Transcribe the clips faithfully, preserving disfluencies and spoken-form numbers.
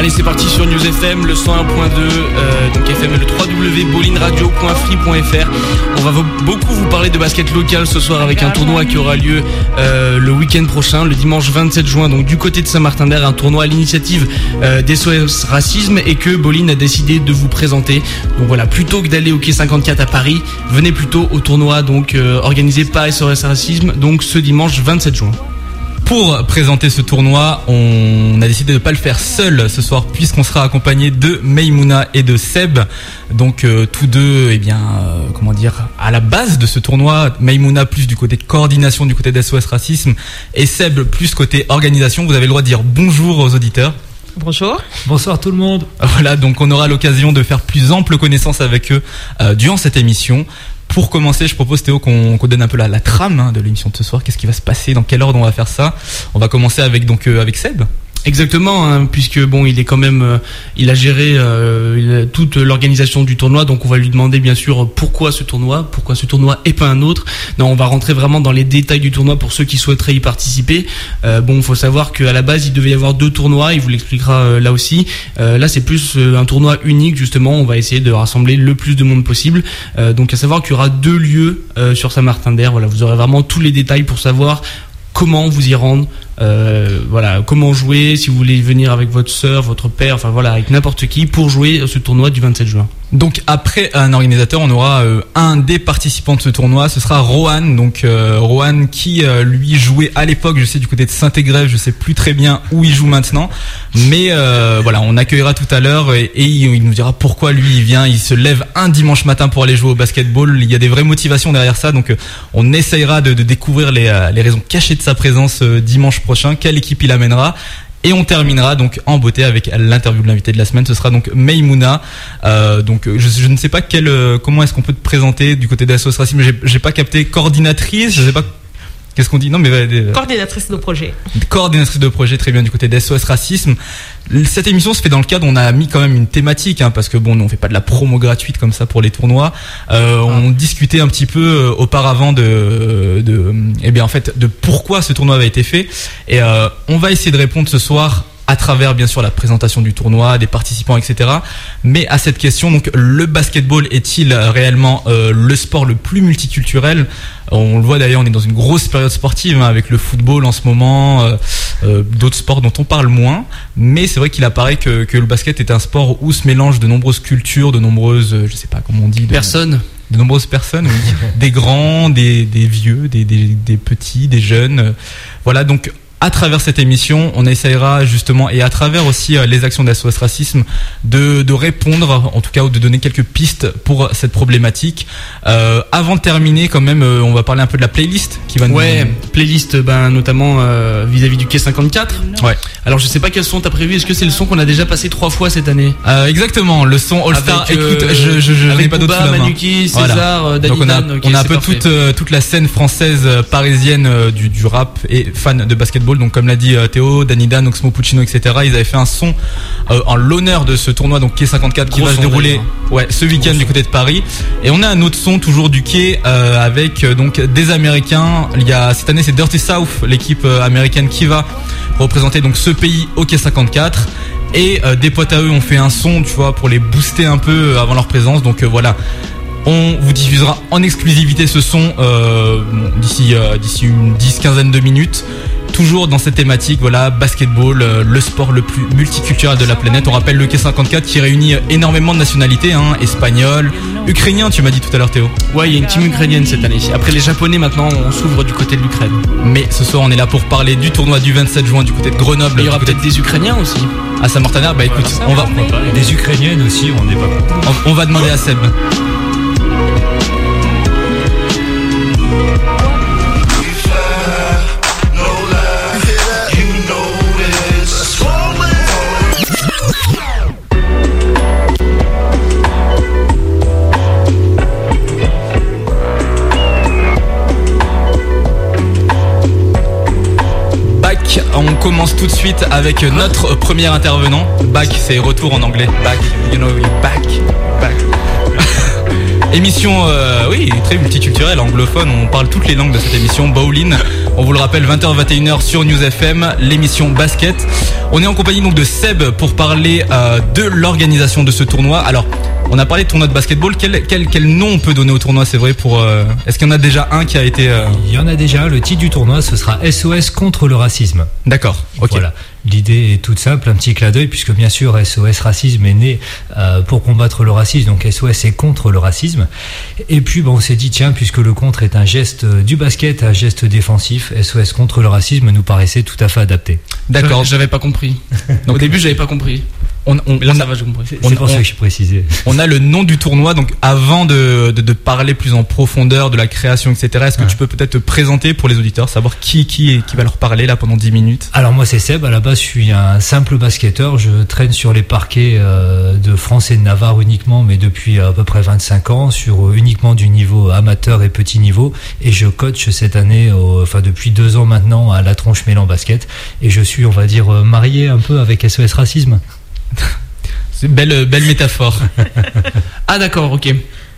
Allez, c'est parti sur News F M, le cent un point deux, euh, donc F M et le w w w point bolinradio point free point f r. On va beaucoup vous parler de basket local ce soir avec un tournoi qui aura lieu euh, le week-end prochain, le dimanche vingt-sept juin, donc du côté de Saint-Martin-d'Air, un tournoi à l'initiative euh, d'S O S Racisme et que Bolin a décidé de vous présenter. Donc voilà, plutôt que d'aller au Quai cinquante-quatre à Paris, venez plutôt au tournoi donc euh, organisé par S O S Racisme, donc ce dimanche vingt-sept juin. Pour présenter ce tournoi, on a décidé de ne pas le faire seul ce soir puisqu'on sera accompagné de Maïmouna et de Seb. Donc euh, tous deux, eh bien, euh, comment dire, à la base de ce tournoi, Maïmouna plus du côté coordination du côté d'S O S Racisme et Seb plus côté organisation. Vous avez le droit de dire bonjour aux auditeurs. Bonjour. Bonsoir tout le monde. Voilà, donc on aura l'occasion de faire plus ample connaissance avec eux euh, durant cette émission. Pour commencer, je propose Théo qu'on, qu'on donne un peu la, la trame hein, de l'émission de ce soir. Qu'est-ce qui va se passer? Dans quel ordre on va faire ça? On va commencer avec donc euh, avec Seb. Exactement, hein, puisque bon, il est quand même, euh, il a géré euh, il a toute l'organisation du tournoi, donc on va lui demander bien sûr pourquoi ce tournoi, pourquoi ce tournoi et pas un autre. Non, on va rentrer vraiment dans les détails du tournoi pour ceux qui souhaiteraient y participer. Euh, bon, il faut savoir qu'à la base, il devait y avoir deux tournois, il vous l'expliquera euh, là aussi. Euh, là, c'est plus euh, un tournoi unique justement. On va essayer de rassembler le plus de monde possible. Euh, donc, à savoir qu'il y aura deux lieux euh, sur Saint-Martin-d'Air. Voilà, vous aurez vraiment tous les détails pour savoir comment vous y rendre. Euh, voilà, comment jouer, si vous voulez venir avec votre sœur, votre père, enfin voilà, avec n'importe qui pour jouer ce tournoi du vingt-sept juin. Donc après un organisateur, on aura euh, un des participants de ce tournoi, ce sera Rohan. Donc euh, Rohan qui euh, lui jouait à l'époque, je sais du côté de Saint-Égrève, je sais plus très bien où il joue maintenant, mais euh, voilà, on accueillera tout à l'heure et, et il, il nous dira pourquoi lui il vient, il se lève un dimanche matin pour aller jouer au basketball. Il y a des vraies motivations derrière ça, donc euh, on essayera de, de découvrir les, euh, les raisons cachées de sa présence euh, dimanche prochain, quelle équipe il amènera. Et on terminera donc en beauté avec l'interview de l'invité de la semaine. Ce sera donc Maïmouna. Euh, donc je, je ne sais pas quel, euh, comment est-ce qu'on peut te présenter du côté d'S O S Racisme. J'ai, j'ai pas capté coordinatrice. Je sais pas. Qu'est-ce qu'on dit? Non, mais euh, coordinatrice de projet. Coordinatrice de projet, très bien, du côté d'S O S Racisme. Cette émission se fait dans le cadre, on a mis quand même une thématique, hein, parce que bon, nous on fait pas de la promo gratuite comme ça pour les tournois. Euh, on discutait un petit peu euh, auparavant de, de, eh bien en fait, de pourquoi ce tournoi avait été fait. Et euh, on va essayer de répondre ce soir à travers bien sûr la présentation du tournoi, des participants, et cetera. Mais à cette question, donc le basketball est-il réellement euh, le sport le plus multiculturel? On le voit d'ailleurs, on est dans une grosse période sportive hein, avec le football en ce moment, euh, euh, d'autres sports dont on parle moins. Mais c'est vrai qu'il apparaît que, que le basket est un sport où se mélangent de nombreuses cultures, de nombreuses, je sais pas comment on dit, de, personnes. De nombreuses personnes, oui. Des grands, des, des vieux, des, des, des petits, des jeunes. Voilà, donc à travers cette émission, on essaiera justement, et à travers aussi euh, les actions d'S O S Racisme, de, de répondre, en tout cas, ou de donner quelques pistes pour cette problématique. Euh, avant de terminer, quand même, euh, on va parler un peu de la playlist qui va nous... Ouais, playlist, ben, notamment euh, vis-à-vis du Quai cinquante-quatre. Ouais. Alors, je sais pas quel son t'as prévu. Est-ce que c'est le son qu'on a déjà passé trois fois cette année? euh, Exactement, le son All Star. Avec, Écoute, euh, je, je, je avec n'ai pas d'autres Booba, Manuki, César, voilà. Danny Donc on a, Dan, okay, on a un peu parfait. toute, euh, toute la scène française euh, parisienne euh, du, du rap et fan de basketball. Donc comme l'a dit euh, Théo, Danny Dan, Oxmo Puccino, et cetera. Ils avaient fait un son euh, en l'honneur de ce tournoi, donc Quai cinquante-quatre, qui Gros va se dérouler d'ailleurs. ouais, ce week-end du côté de Paris. Et on a un autre son toujours du Quai euh, avec euh, donc des Américains. Il y a cette année c'est Dirty South, l'équipe euh, américaine qui va représenter donc ce pays au Quai cinquante-quatre. Et euh, des potes à eux ont fait un son, tu vois, pour les booster un peu euh, avant leur présence. Donc euh, voilà. On vous diffusera en exclusivité ce son euh, d'ici euh, d'ici une dix quinzaine de minutes. Toujours dans cette thématique, voilà, basketball, euh, le sport le plus multiculturel de la planète. On rappelle le Quai cinquante-quatre qui réunit énormément de nationalités, hein, espagnol, ukrainien, tu m'as dit tout à l'heure Théo. Ouais, il y a une team ukrainienne cette année. Après les japonais maintenant, on s'ouvre du côté de l'Ukraine. Mais ce soir on est là pour parler du tournoi du vingt-sept juin du côté de Grenoble. Il y aura peut-être des Ukrainiens aussi. À Saint-Martin-d'Air, bah écoute, on va, Des Ukrainiennes aussi, on n'est pas content. on, on va demander à Seb. On commence tout de suite avec notre premier intervenant. Back, c'est retour en anglais. Back, you know, you're back. Back. Émission, euh, oui, très multiculturelle, anglophone. On parle toutes les langues de cette émission. Bowling. On vous le rappelle, vingt heures vingt et une heures sur News F M, l'émission basket. On est en compagnie donc de Seb pour parler euh, de l'organisation de ce tournoi. Alors, on a parlé de tournoi de basketball. Quel, quel, quel nom on peut donner au tournoi, c'est vrai pour euh, est-ce qu'il y en a déjà un qui a été euh... Il y en a déjà. Le titre du tournoi, ce sera S O S contre le racisme. D'accord. Ok. Voilà. L'idée est toute simple, un petit clin d'œil, puisque bien sûr S O S Racisme est né euh, pour combattre le racisme, donc S O S est contre le racisme. Et puis bon, on s'est dit tiens, puisque le contre est un geste du basket, un geste défensif, S O S contre le racisme nous paraissait tout à fait adapté. D'accord, j'avais pas compris. Donc, au début, j'avais pas compris. On, on, là, on ça a, va, j'ai compris. C'est, on, c'est pour on, ça que j'ai précisé. On a le nom du tournoi, donc avant de, de, de parler plus en profondeur de la création, et cetera, est-ce que ouais. tu peux peut-être te présenter pour les auditeurs, savoir qui, qui, qui va leur parler là pendant dix minutes? Alors moi c'est Seb, à la base je suis un simple basketteur, je traîne sur les parquets euh, de France et de Navarre uniquement, mais depuis à peu près vingt-cinq ans, sur euh, uniquement du niveau amateur et petit niveau, et je coach cette année, euh, enfin depuis deux ans maintenant, à La Tronche-Mélan Basket, et je suis, on va dire, euh, marié un peu avec S O S Racisme. C'est une belle, belle métaphore. Ah d'accord, ok.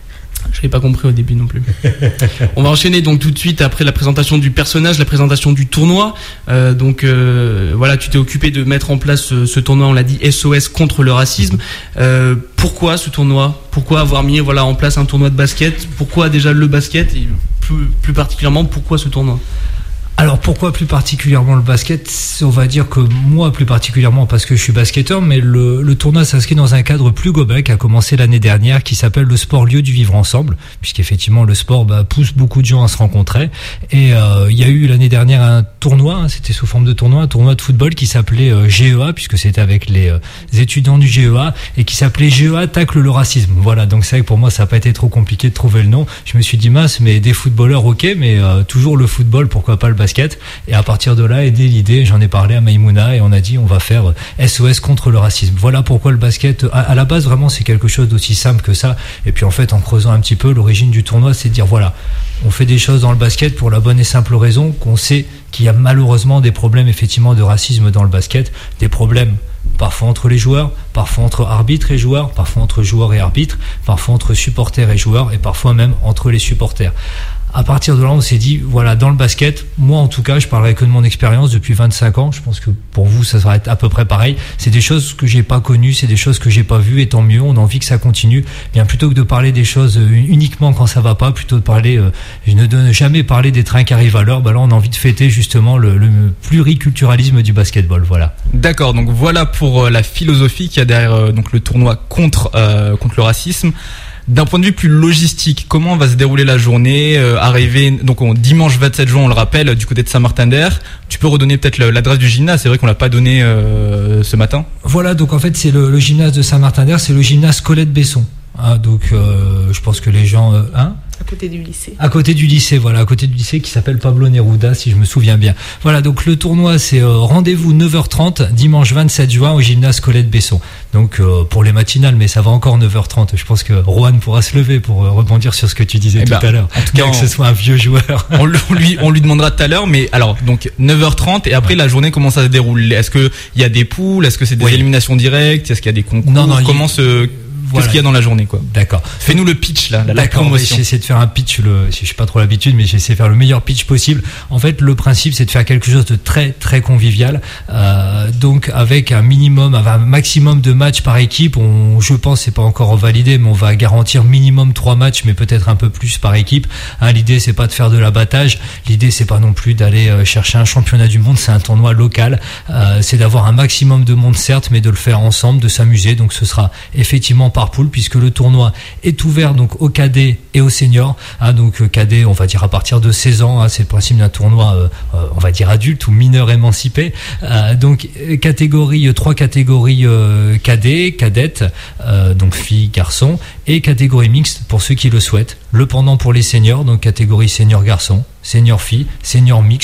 Je n'avais pas compris au début non plus. On va enchaîner donc tout de suite après la présentation du personnage, la présentation du tournoi. Euh, donc euh, voilà, tu t'es occupé de mettre en place ce, ce tournoi, on l'a dit, S O S contre le racisme. Euh, pourquoi ce tournoi? Pourquoi avoir mis voilà en place un tournoi de basket? Pourquoi déjà le basket et plus, plus particulièrement pourquoi ce tournoi? Alors pourquoi plus particulièrement le basket? On va dire que moi plus particulièrement parce que je suis basketteur, mais le, le tournoi s'inscrit dans un cadre plus global qui a commencé l'année dernière, qui s'appelle le sport lieu du vivre ensemble, puisqu'effectivement le sport bah, pousse beaucoup de gens à se rencontrer. Et euh, il y a eu l'année dernière un tournoi, hein, c'était sous forme de tournoi, un tournoi de football qui s'appelait euh, G E A, puisque c'était avec les, euh, les étudiants du G E A, et qui s'appelait G E A tacle le racisme. Voilà, donc c'est vrai que pour moi ça n'a pas été trop compliqué de trouver le nom. Je me suis dit mince, mais des footballeurs ok, mais euh, toujours le football, pourquoi pas le basket? Et à partir de là est née l'idée, j'en ai parlé à Maïmouna et on a dit on va faire S O S contre le racisme. Voilà pourquoi le basket, à, à la base vraiment c'est quelque chose d'aussi simple que ça. Et puis en fait en creusant un petit peu, l'origine du tournoi c'est de dire voilà, on fait des choses dans le basket pour la bonne et simple raison qu'on sait qu'il y a malheureusement des problèmes effectivement de racisme dans le basket, des problèmes parfois entre les joueurs, parfois entre arbitres et joueurs, parfois entre joueurs et arbitres, parfois entre supporters et joueurs et parfois même entre les supporters. À partir de là, on s'est dit, voilà, dans le basket, moi en tout cas, je parlerai que de mon expérience depuis vingt-cinq ans. Je pense que pour vous, ça va être à peu près pareil. C'est des choses que j'ai pas connues, c'est des choses que j'ai pas vues, et tant mieux. On a envie que ça continue. Bien plutôt que de parler des choses uniquement quand ça va pas, plutôt de parler, euh, je ne donne jamais parler des trains qui arrivent à l'heure. Bah là, on a envie de fêter justement le, le pluriculturalisme du basketball. Voilà. D'accord. Donc voilà pour la philosophie qu'il y a derrière euh, donc le tournoi contre euh, contre le racisme. D'un point de vue plus logistique, comment va se dérouler la journée? euh, Arriver donc on, dimanche vingt-sept juin, on le rappelle, du côté de Saint-Martin-d'Air. Tu peux redonner peut-être l'adresse du gymnase? C'est vrai qu'on l'a pas donné euh, ce matin. Voilà, donc en fait c'est le, le gymnase de Saint-Martin-d'Air, c'est le gymnase Colette Besson. Ah, donc euh, je pense que les gens, euh, hein à côté du lycée. À côté du lycée, voilà, à côté du lycée qui s'appelle Pablo Neruda, si je me souviens bien. Voilà, donc le tournoi, c'est euh, rendez-vous neuf heures trente, dimanche vingt-sept juin, au gymnase Colette Besson. Donc euh, pour les matinales, mais ça va encore neuf heures trente. Je pense que Rohan pourra se lever pour euh, rebondir sur ce que tu disais eh tout ben, à l'heure. En tout cas, on, que ce soit un vieux joueur. On, on lui, on lui demandera tout à l'heure, mais alors donc neuf heures trente et après ouais. La journée, comment ça se déroule? Est-ce que il y a des poules? Est-ce que c'est des oui. éliminations directes? Est-ce qu'il y a des concours? Non, non. Comment il... se Voilà. Qu'est-ce qu'il y a dans la journée, quoi? D'accord. Fais-nous le pitch, là, la, la promotion. J'ai essayé de faire un pitch, le, je n'ai pas trop l'habitude, mais j'ai essayé de faire le meilleur pitch possible. En fait, le principe, c'est de faire quelque chose de très, très convivial. Euh, donc, avec un minimum, avec un maximum de matchs par équipe. On, je pense, c'est pas encore validé, mais on va garantir minimum trois matchs, mais peut-être un peu plus par équipe. Hein, l'idée, c'est pas de faire de l'abattage. L'idée, c'est pas non plus d'aller euh, chercher un championnat du monde. C'est un tournoi local. Euh, c'est d'avoir un maximum de monde, certes, mais de le faire ensemble, de s'amuser. Donc, ce sera effectivement par poule, puisque le tournoi est ouvert donc aux cadets et aux seniors. Hein, donc cadets, on va dire à partir de seize ans. Hein, c'est le principe d'un tournoi, euh, euh, on va dire adulte ou mineur émancipé. Euh, donc catégorie, trois catégories euh, cadets, cadettes, euh, donc filles, garçons, et catégorie mixte pour ceux qui le souhaitent. Le pendant pour les seniors, donc catégorie senior garçon, senior filles, senior mixte.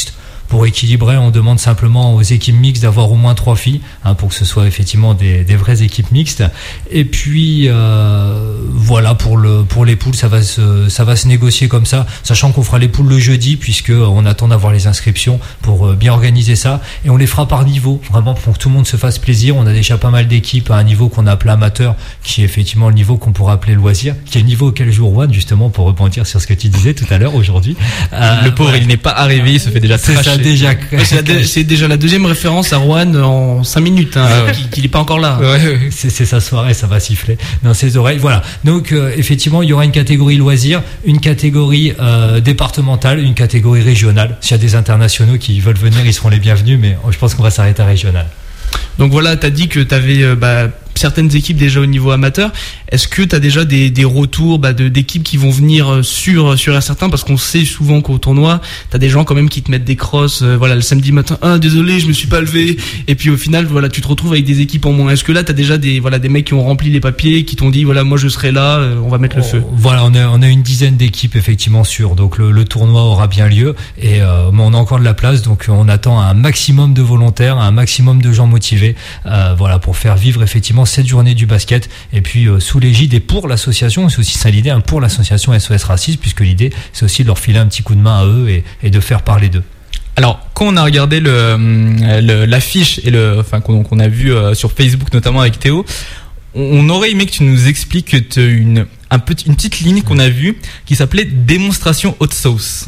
Pour équilibrer, on demande simplement aux équipes mixtes d'avoir au moins trois filles, hein, pour que ce soit effectivement des, des vraies équipes mixtes. Et puis euh, voilà, pour le pour les poules, ça va se ça va se négocier comme ça, sachant qu'on fera les poules le jeudi, puisque on attend d'avoir les inscriptions pour bien organiser ça, et on les fera par niveau, vraiment pour que tout le monde se fasse plaisir. On a déjà pas mal d'équipes à un niveau qu'on appelle amateur, qui est effectivement le niveau qu'on pourrait appeler loisir, qui est le niveau auquel joue Rouen, justement, pour rebondir sur ce que tu disais tout à l'heure aujourd'hui. Euh, le pauvre, ouais. Il n'est pas arrivé, il se fait déjà tracher. C'est ça, déjà. Ouais, c'est, la, c'est déjà la deuxième référence à Rouen en cinq minutes, hein, ah ouais. qu'il n'est pas encore là. Ouais, ouais. C'est, c'est sa soirée, ça va siffler dans ses oreilles. Voilà. Donc euh, effectivement, il y aura une catégorie loisir, une catégorie euh, départementale, une catégorie régionale. S'il y a des internationaux qui veulent venir, ils seront les bienvenus, mais je pense qu'on va s'arrêter à régional. Donc voilà, tu as dit que tu avais euh, bah, certaines équipes déjà au niveau amateur. Est-ce que tu as déjà des, des retours bah, de, d'équipes qui vont venir sur, sur un certain, parce qu'on sait souvent qu'au tournoi, tu as des gens quand même qui te mettent des crosses euh, voilà, le samedi matin, ah désolé, je me suis pas levé, et puis au final voilà, tu te retrouves avec des équipes en moins. Est-ce que là tu as déjà des, voilà, des mecs qui ont rempli les papiers, qui t'ont dit voilà, moi je serai là, euh, on va mettre le feu? Voilà, on a, on a une dizaine d'équipes effectivement sûres, donc le, le tournoi aura bien lieu, et euh, mais on a encore de la place, donc on attend un maximum de volontaires, un maximum de gens motivés, euh, voilà, pour faire vivre effectivement cette journée du basket, et puis euh, sous l'égide et pour l'association, c'est aussi ça l'idée, hein, pour l'association S O S Racisme, puisque l'idée c'est aussi de leur filer un petit coup de main à eux et, et de faire parler d'eux. Alors, quand on a regardé le, le l'affiche et le, enfin qu'on, qu'on a vu euh, sur Facebook notamment avec Théo, on, on aurait aimé que tu nous expliques que tu une un petit, une petite ligne qu'on a vue qui s'appelait démonstration hot sauce.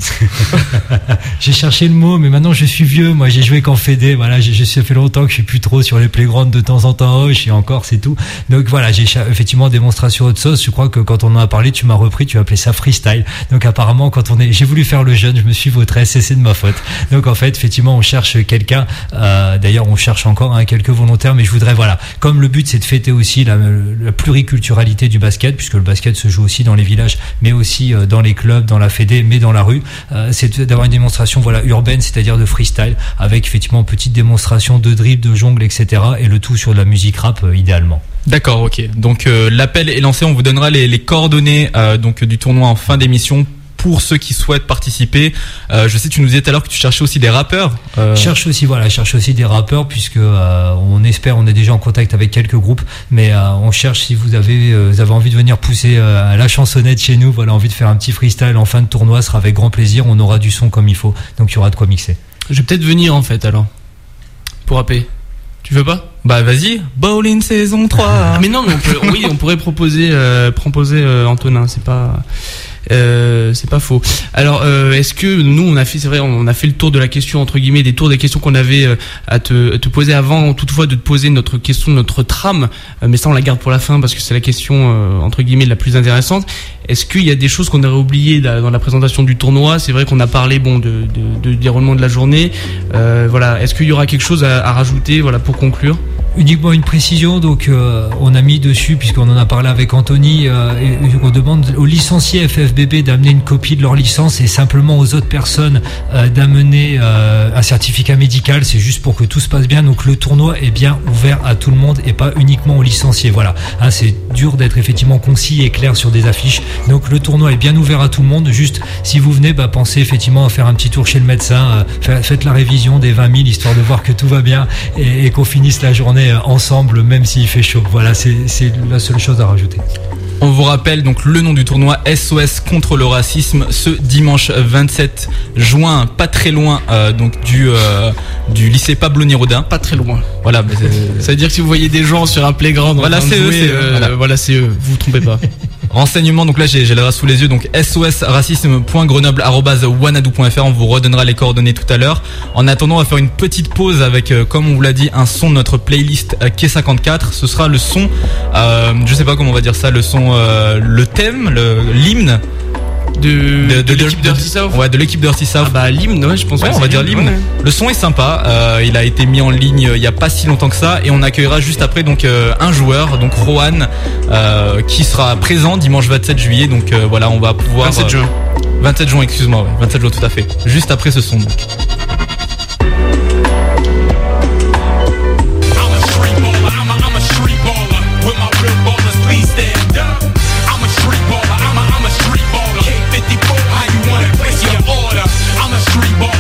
J'ai cherché le mot, mais maintenant je suis vieux. Moi, j'ai joué qu'en fédé. Voilà, j'ai, j'ai ça fait longtemps que je suis plus trop sur les playgrounds de temps en temps. Oh, je suis encore, c'est tout. Donc voilà, j'ai effectivement démonstration hot sauce. Je crois que quand on en a parlé, tu m'as repris, tu as appelé ça freestyle. Donc apparemment, quand on est, j'ai voulu faire le jeune, je me suis vautré, c'est, c'est de ma faute. Donc en fait, effectivement, on cherche quelqu'un. Euh, d'ailleurs, on cherche encore hein, quelques volontaires, mais je voudrais, voilà, comme le but c'est de fêter aussi la, la pluriculturalité du basket, puisque le basket se joue aussi dans les villages, mais aussi euh, dans les clubs, dans la fédé, mais dans la rue. Euh, c'est d'avoir une démonstration voilà urbaine, c'est-à-dire de freestyle, avec effectivement une petite démonstration de dribble, de jongle, et cetera. Et le tout sur de la musique rap, euh, idéalement. D'accord, ok. Donc euh, l'appel est lancé. On vous donnera les, les coordonnées euh, donc du tournoi en fin d'émission. Pour ceux qui souhaitent participer, euh, je sais, tu nous disais tout à l'heure que tu cherchais aussi des rappeurs. Euh... Je cherche aussi, voilà, je cherche aussi des rappeurs, puisque euh, on espère, on est déjà en contact avec quelques groupes, mais euh, on cherche si vous avez, euh, vous avez envie de venir pousser euh, la chansonnette chez nous, voilà, envie de faire un petit freestyle en fin de tournoi, ce sera avec grand plaisir. On aura du son comme il faut, donc il y aura de quoi mixer. Je vais peut-être venir en fait alors pour rapper. Tu veux pas? Bah vas-y, Bowling saison trois. Mais non, mais on peut, oui, on pourrait proposer, euh, proposer euh, Antonin. C'est pas. Euh, c'est pas faux. Alors, euh, est-ce que nous, on a fait, c'est vrai, on a fait le tour de la question entre guillemets, des tours des questions qu'on avait euh, à te, à te poser avant, toutefois, de te poser notre question, notre trame. Euh, mais ça, on la garde pour la fin parce que c'est la question euh, entre guillemets la plus intéressante. Est-ce qu'il y a des choses qu'on aurait oubliées dans la présentation du tournoi? C'est vrai qu'on a parlé, bon, de, de, de déroulement de la journée. Euh, voilà. Est-ce qu'il y aura quelque chose à, à rajouter, voilà, pour conclure? Uniquement une précision, donc euh, on a mis dessus, puisqu'on en a parlé avec Anthony, euh, et, et on demande aux licenciés F F B B d'amener une copie de leur licence et simplement aux autres personnes euh, d'amener euh, un certificat médical. C'est juste pour que tout se passe bien. Donc le tournoi est bien ouvert à tout le monde et pas uniquement aux licenciés. Voilà, hein, c'est dur d'être effectivement concis et clair sur des affiches. Donc le tournoi est bien ouvert à tout le monde. Juste si vous venez, bah, pensez effectivement à faire un petit tour chez le médecin, euh, faites la révision des vingt mille histoire de voir que tout va bien et, et qu'on finisse la journée ensemble, même s'il fait chaud. Voilà, c'est, c'est la seule chose à rajouter. On vous rappelle donc le nom du tournoi S O S contre le racisme ce dimanche vingt-sept juin, pas très loin euh, donc du euh, du lycée Pablo Neruda. Pas très loin. Voilà, bah ça veut dire que si vous voyez des gens sur un playground, voilà, c'est eux, c'est eux. Euh, voilà. voilà, c'est eux. Vous vous trompez pas. Renseignements, donc là j'ai, j'ai l'adresse sous les yeux, donc S O S racisme point grenoble arobase wanadoo point f r. On vous redonnera les coordonnées tout à l'heure. En attendant, on va faire une petite pause avec, euh, comme on vous l'a dit, un son de notre playlist euh, Quai cinquante-quatre. Ce sera le son, euh, je sais pas comment on va dire ça, le son, euh, le thème, le, l'hymne de, de, de, de l'équipe Dirty South. Ouais, de l'équipe Dirty South. Ah bah l'hymne, ouais, je pense. Ouais, on va dire l'hymne. Ouais. Le son est sympa. Euh, il a été mis en ligne euh, il y a pas si longtemps que ça, et on accueillera juste après donc euh, un joueur, donc Rohan, euh, qui sera présent dimanche vingt-sept juillet. Donc euh, voilà, on va pouvoir. vingt-sept juin. Euh, vingt-sept juin, excuse-moi. Ouais, vingt-sept juin, tout à fait. Juste après ce son. Donc. I'm a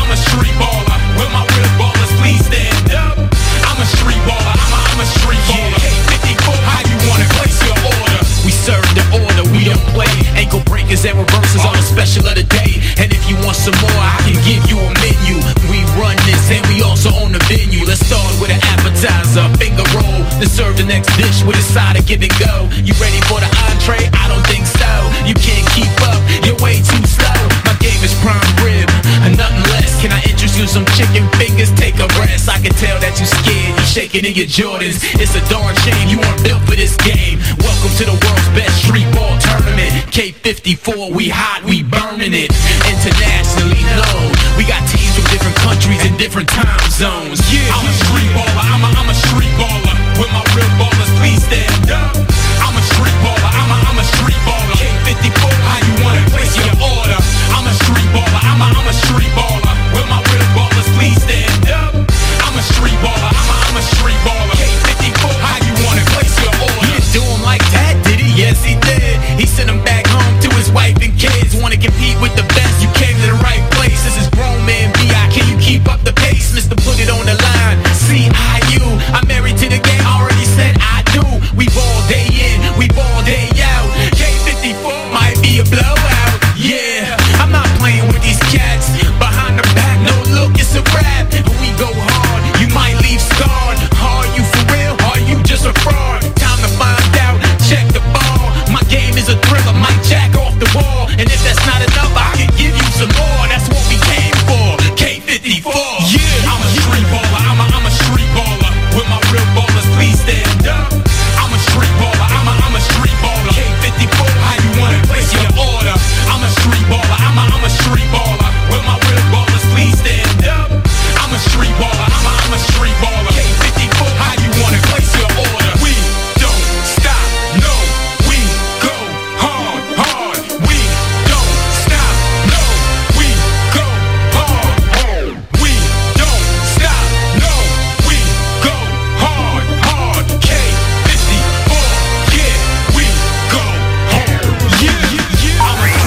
I'm a street baller. Where my real ballers, please stand up. I'm a street baller. I'm a, I'm a street baller. K fifty-four, how you wanna place your order? We serve the order, we don't play. Ankle breakers and reverses on the special of the day. And if you want some more, I can give you a menu. We run this and we also own the venue. Let's start with an appetizer, finger roll. Then serve the next dish with a side of give and go. You ready for the entree? I don't think so. You can't keep up, you're way too slow. My game is prime rib, and nothing less. Can I interest you some chicken fingers? Take a rest. I can tell that you scared, you shaking in your Jordans. It's a darn shame you weren't built for this game. Welcome to the world's best street ball tournament. K fifty-four, we hot, we burning it. Internationally known, we got teams from different countries and different time zones. Yeah, I'm a street baller, I'm a, I'm a street baller. With my real ballers, please stand up. I'm a street baller, I'm a, I'm a street baller. K fifty-four, how you wanna place your order? I'm a street baller, I'm a, I'm a street baller. With my real ballers, please stand up. I'm a street baller, I'm a, I'm a street baller. K fifty-four, how you wanna place your order? He didn't do him like that, did he? Yes, he did. He sent him back home to his wife and kids. Wanna compete with the best, you came to the right place. This is grown man B I, can you keep up the pace? Mister Put it on the line, C I U. I'm married to the game, already said I do. We ball day in, we ball day out. K fifty-four might be a blowout. Yeah, I'm not playing with these cats. Behind the back, no look, it's a rap. We go hard, you might leave scarred. Are you for real, are you just a fraud? Time to find out, check the ball. My game is a thriller, might jack off the wall. And if that's not enough, I can give you some more. That's what we came for, K fifty-four. Yeah, I'm a street baller, I'm a, I'm a street baller. With my real ballers, please stand up. I'm a street baller, I'm a, I'm a street baller. K fifty-four, how you wanna place your order? I'm a street baller, I'm a, I'm a street baller. With my real ballers, please stand up. I'm a street baller, I'm a, I'm a street baller. K fifty-four, how you wanna place your order? We don't stop, no, we go hard, hard. We don't stop, no, we go hard, hard. We don't stop, no, we go hard, hard. K fifty-four, yeah, we go hard. Yeah, yeah, yeah. I'm a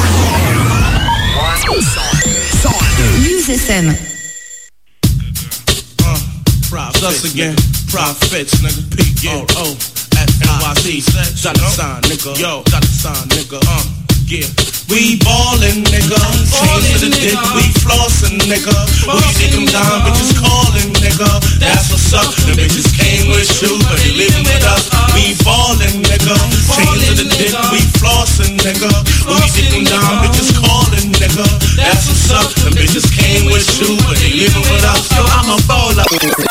News F M. Profits, us again. Profits, nigga. P O O F N Y C. Dollar sign, nigga. Yo, dollar sign, nigga. Uh, yeah. We ballin', nigga. Chains to the dick, we flossin', nigga. We dick them down, bitches callin', nigga. That's what's up. The bitches came with shoes, but they living with us. We ballin', nigga. Chains to the dick, we flossin', nigga. We dick them down, bitches callin', nigga. That's what's up. The bitches came with shoes, but they living with us. Yo, I'm a baller.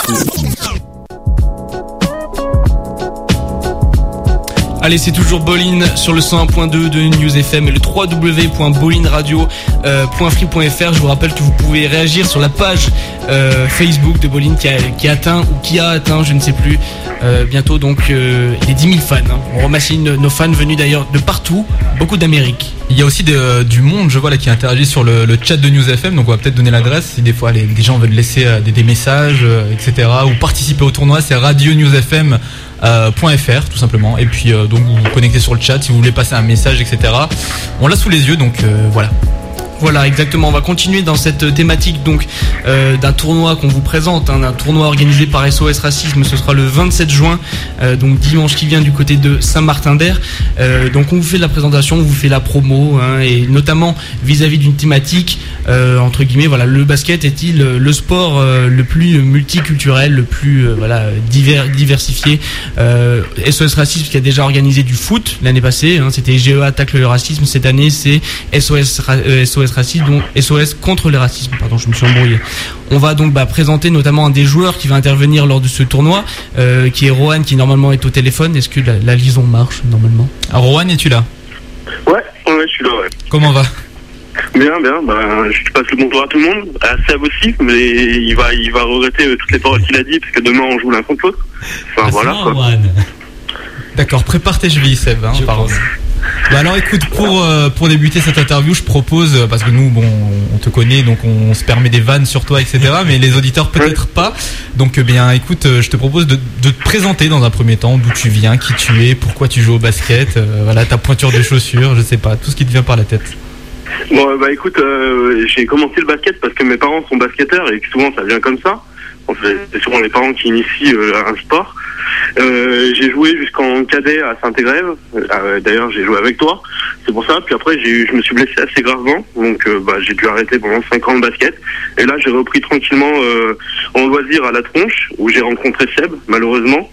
Allez, c'est toujours Bolin sur le cent un point deux de News F M et le w w w point bolin radio point free point f r. Je vous rappelle que vous pouvez réagir sur la page euh, Facebook de Bolin qui a, qui a atteint ou qui a atteint, je ne sais plus, euh, bientôt donc euh, les dix mille fans. Hein. On remercie nos fans venus d'ailleurs de partout, beaucoup d'Amérique. Il y a aussi de, euh, du monde, je vois là, qui interagit sur le, le chat de News F M, donc on va peut-être donner l'adresse si des fois les, des gens veulent laisser euh, des, des messages, euh, et cetera, ou participer au tournoi. C'est radio news f m point f r tout simplement. Et puis euh, donc vous vous connectez sur le chat si vous voulez passer un message, et cetera. On l'a sous les yeux, donc euh, voilà. Voilà, exactement. On va continuer dans cette thématique donc euh, d'un tournoi qu'on vous présente, hein, d'un tournoi organisé par S O S Racisme. Ce sera le vingt-sept juin, euh, donc dimanche qui vient du côté de Saint-Martin-d'Air. Euh, donc on vous fait la présentation, on vous fait la promo, hein, et notamment vis-à-vis d'une thématique euh, entre guillemets. Voilà, le basket est-il le sport euh, le plus multiculturel, le plus euh, voilà divers, diversifié. euh, S O S Racisme qui a déjà organisé du foot l'année passée, hein, c'était G E A Tacle le racisme. Cette année c'est S O S euh, S O S Racisme, donc S O S contre le racisme, pardon, je me suis embrouillé. On va donc bah, présenter notamment un des joueurs qui va intervenir lors de ce tournoi, euh, qui est Rohan, qui normalement est au téléphone. Est-ce que la, la liaison marche normalement? Alors, Rohan, es-tu là? Ouais, ouais, je suis là, ouais. Comment va? Bien, bien, bah, je passe le bonjour à tout le monde, à Seb aussi, mais il va, il va regretter euh, toutes les paroles qu'il a dit, parce que demain on joue l'un contre l'autre. Enfin, ah, voilà, quoi. D'accord, prépare tes chevilles, Seb, hein, pardon. Bah alors écoute, pour euh, pour débuter cette interview, je propose, parce que nous bon on te connaît, donc on se permet des vannes sur toi, et cetera. Mais les auditeurs peut-être pas. Donc eh bien écoute, je te propose de, de te présenter dans un premier temps, d'où tu viens, qui tu es, pourquoi tu joues au basket, euh, voilà, ta pointure de chaussures, je sais pas, tout ce qui te vient par la tête. Bon, bah écoute, euh, j'ai commencé le basket parce que mes parents sont basketteurs et que souvent ça vient comme ça. En fait, c'est souvent les parents qui initient euh, un sport. Euh, j'ai joué jusqu'en cadet à Saint-Égrève. Euh, d'ailleurs, j'ai joué avec toi. C'est pour ça. Puis après, j'ai, je me suis blessé assez gravement. Donc, euh, bah, j'ai dû arrêter pendant cinq ans le basket. Et là, j'ai repris tranquillement euh, en loisir à la Tronche, où j'ai rencontré Seb, malheureusement.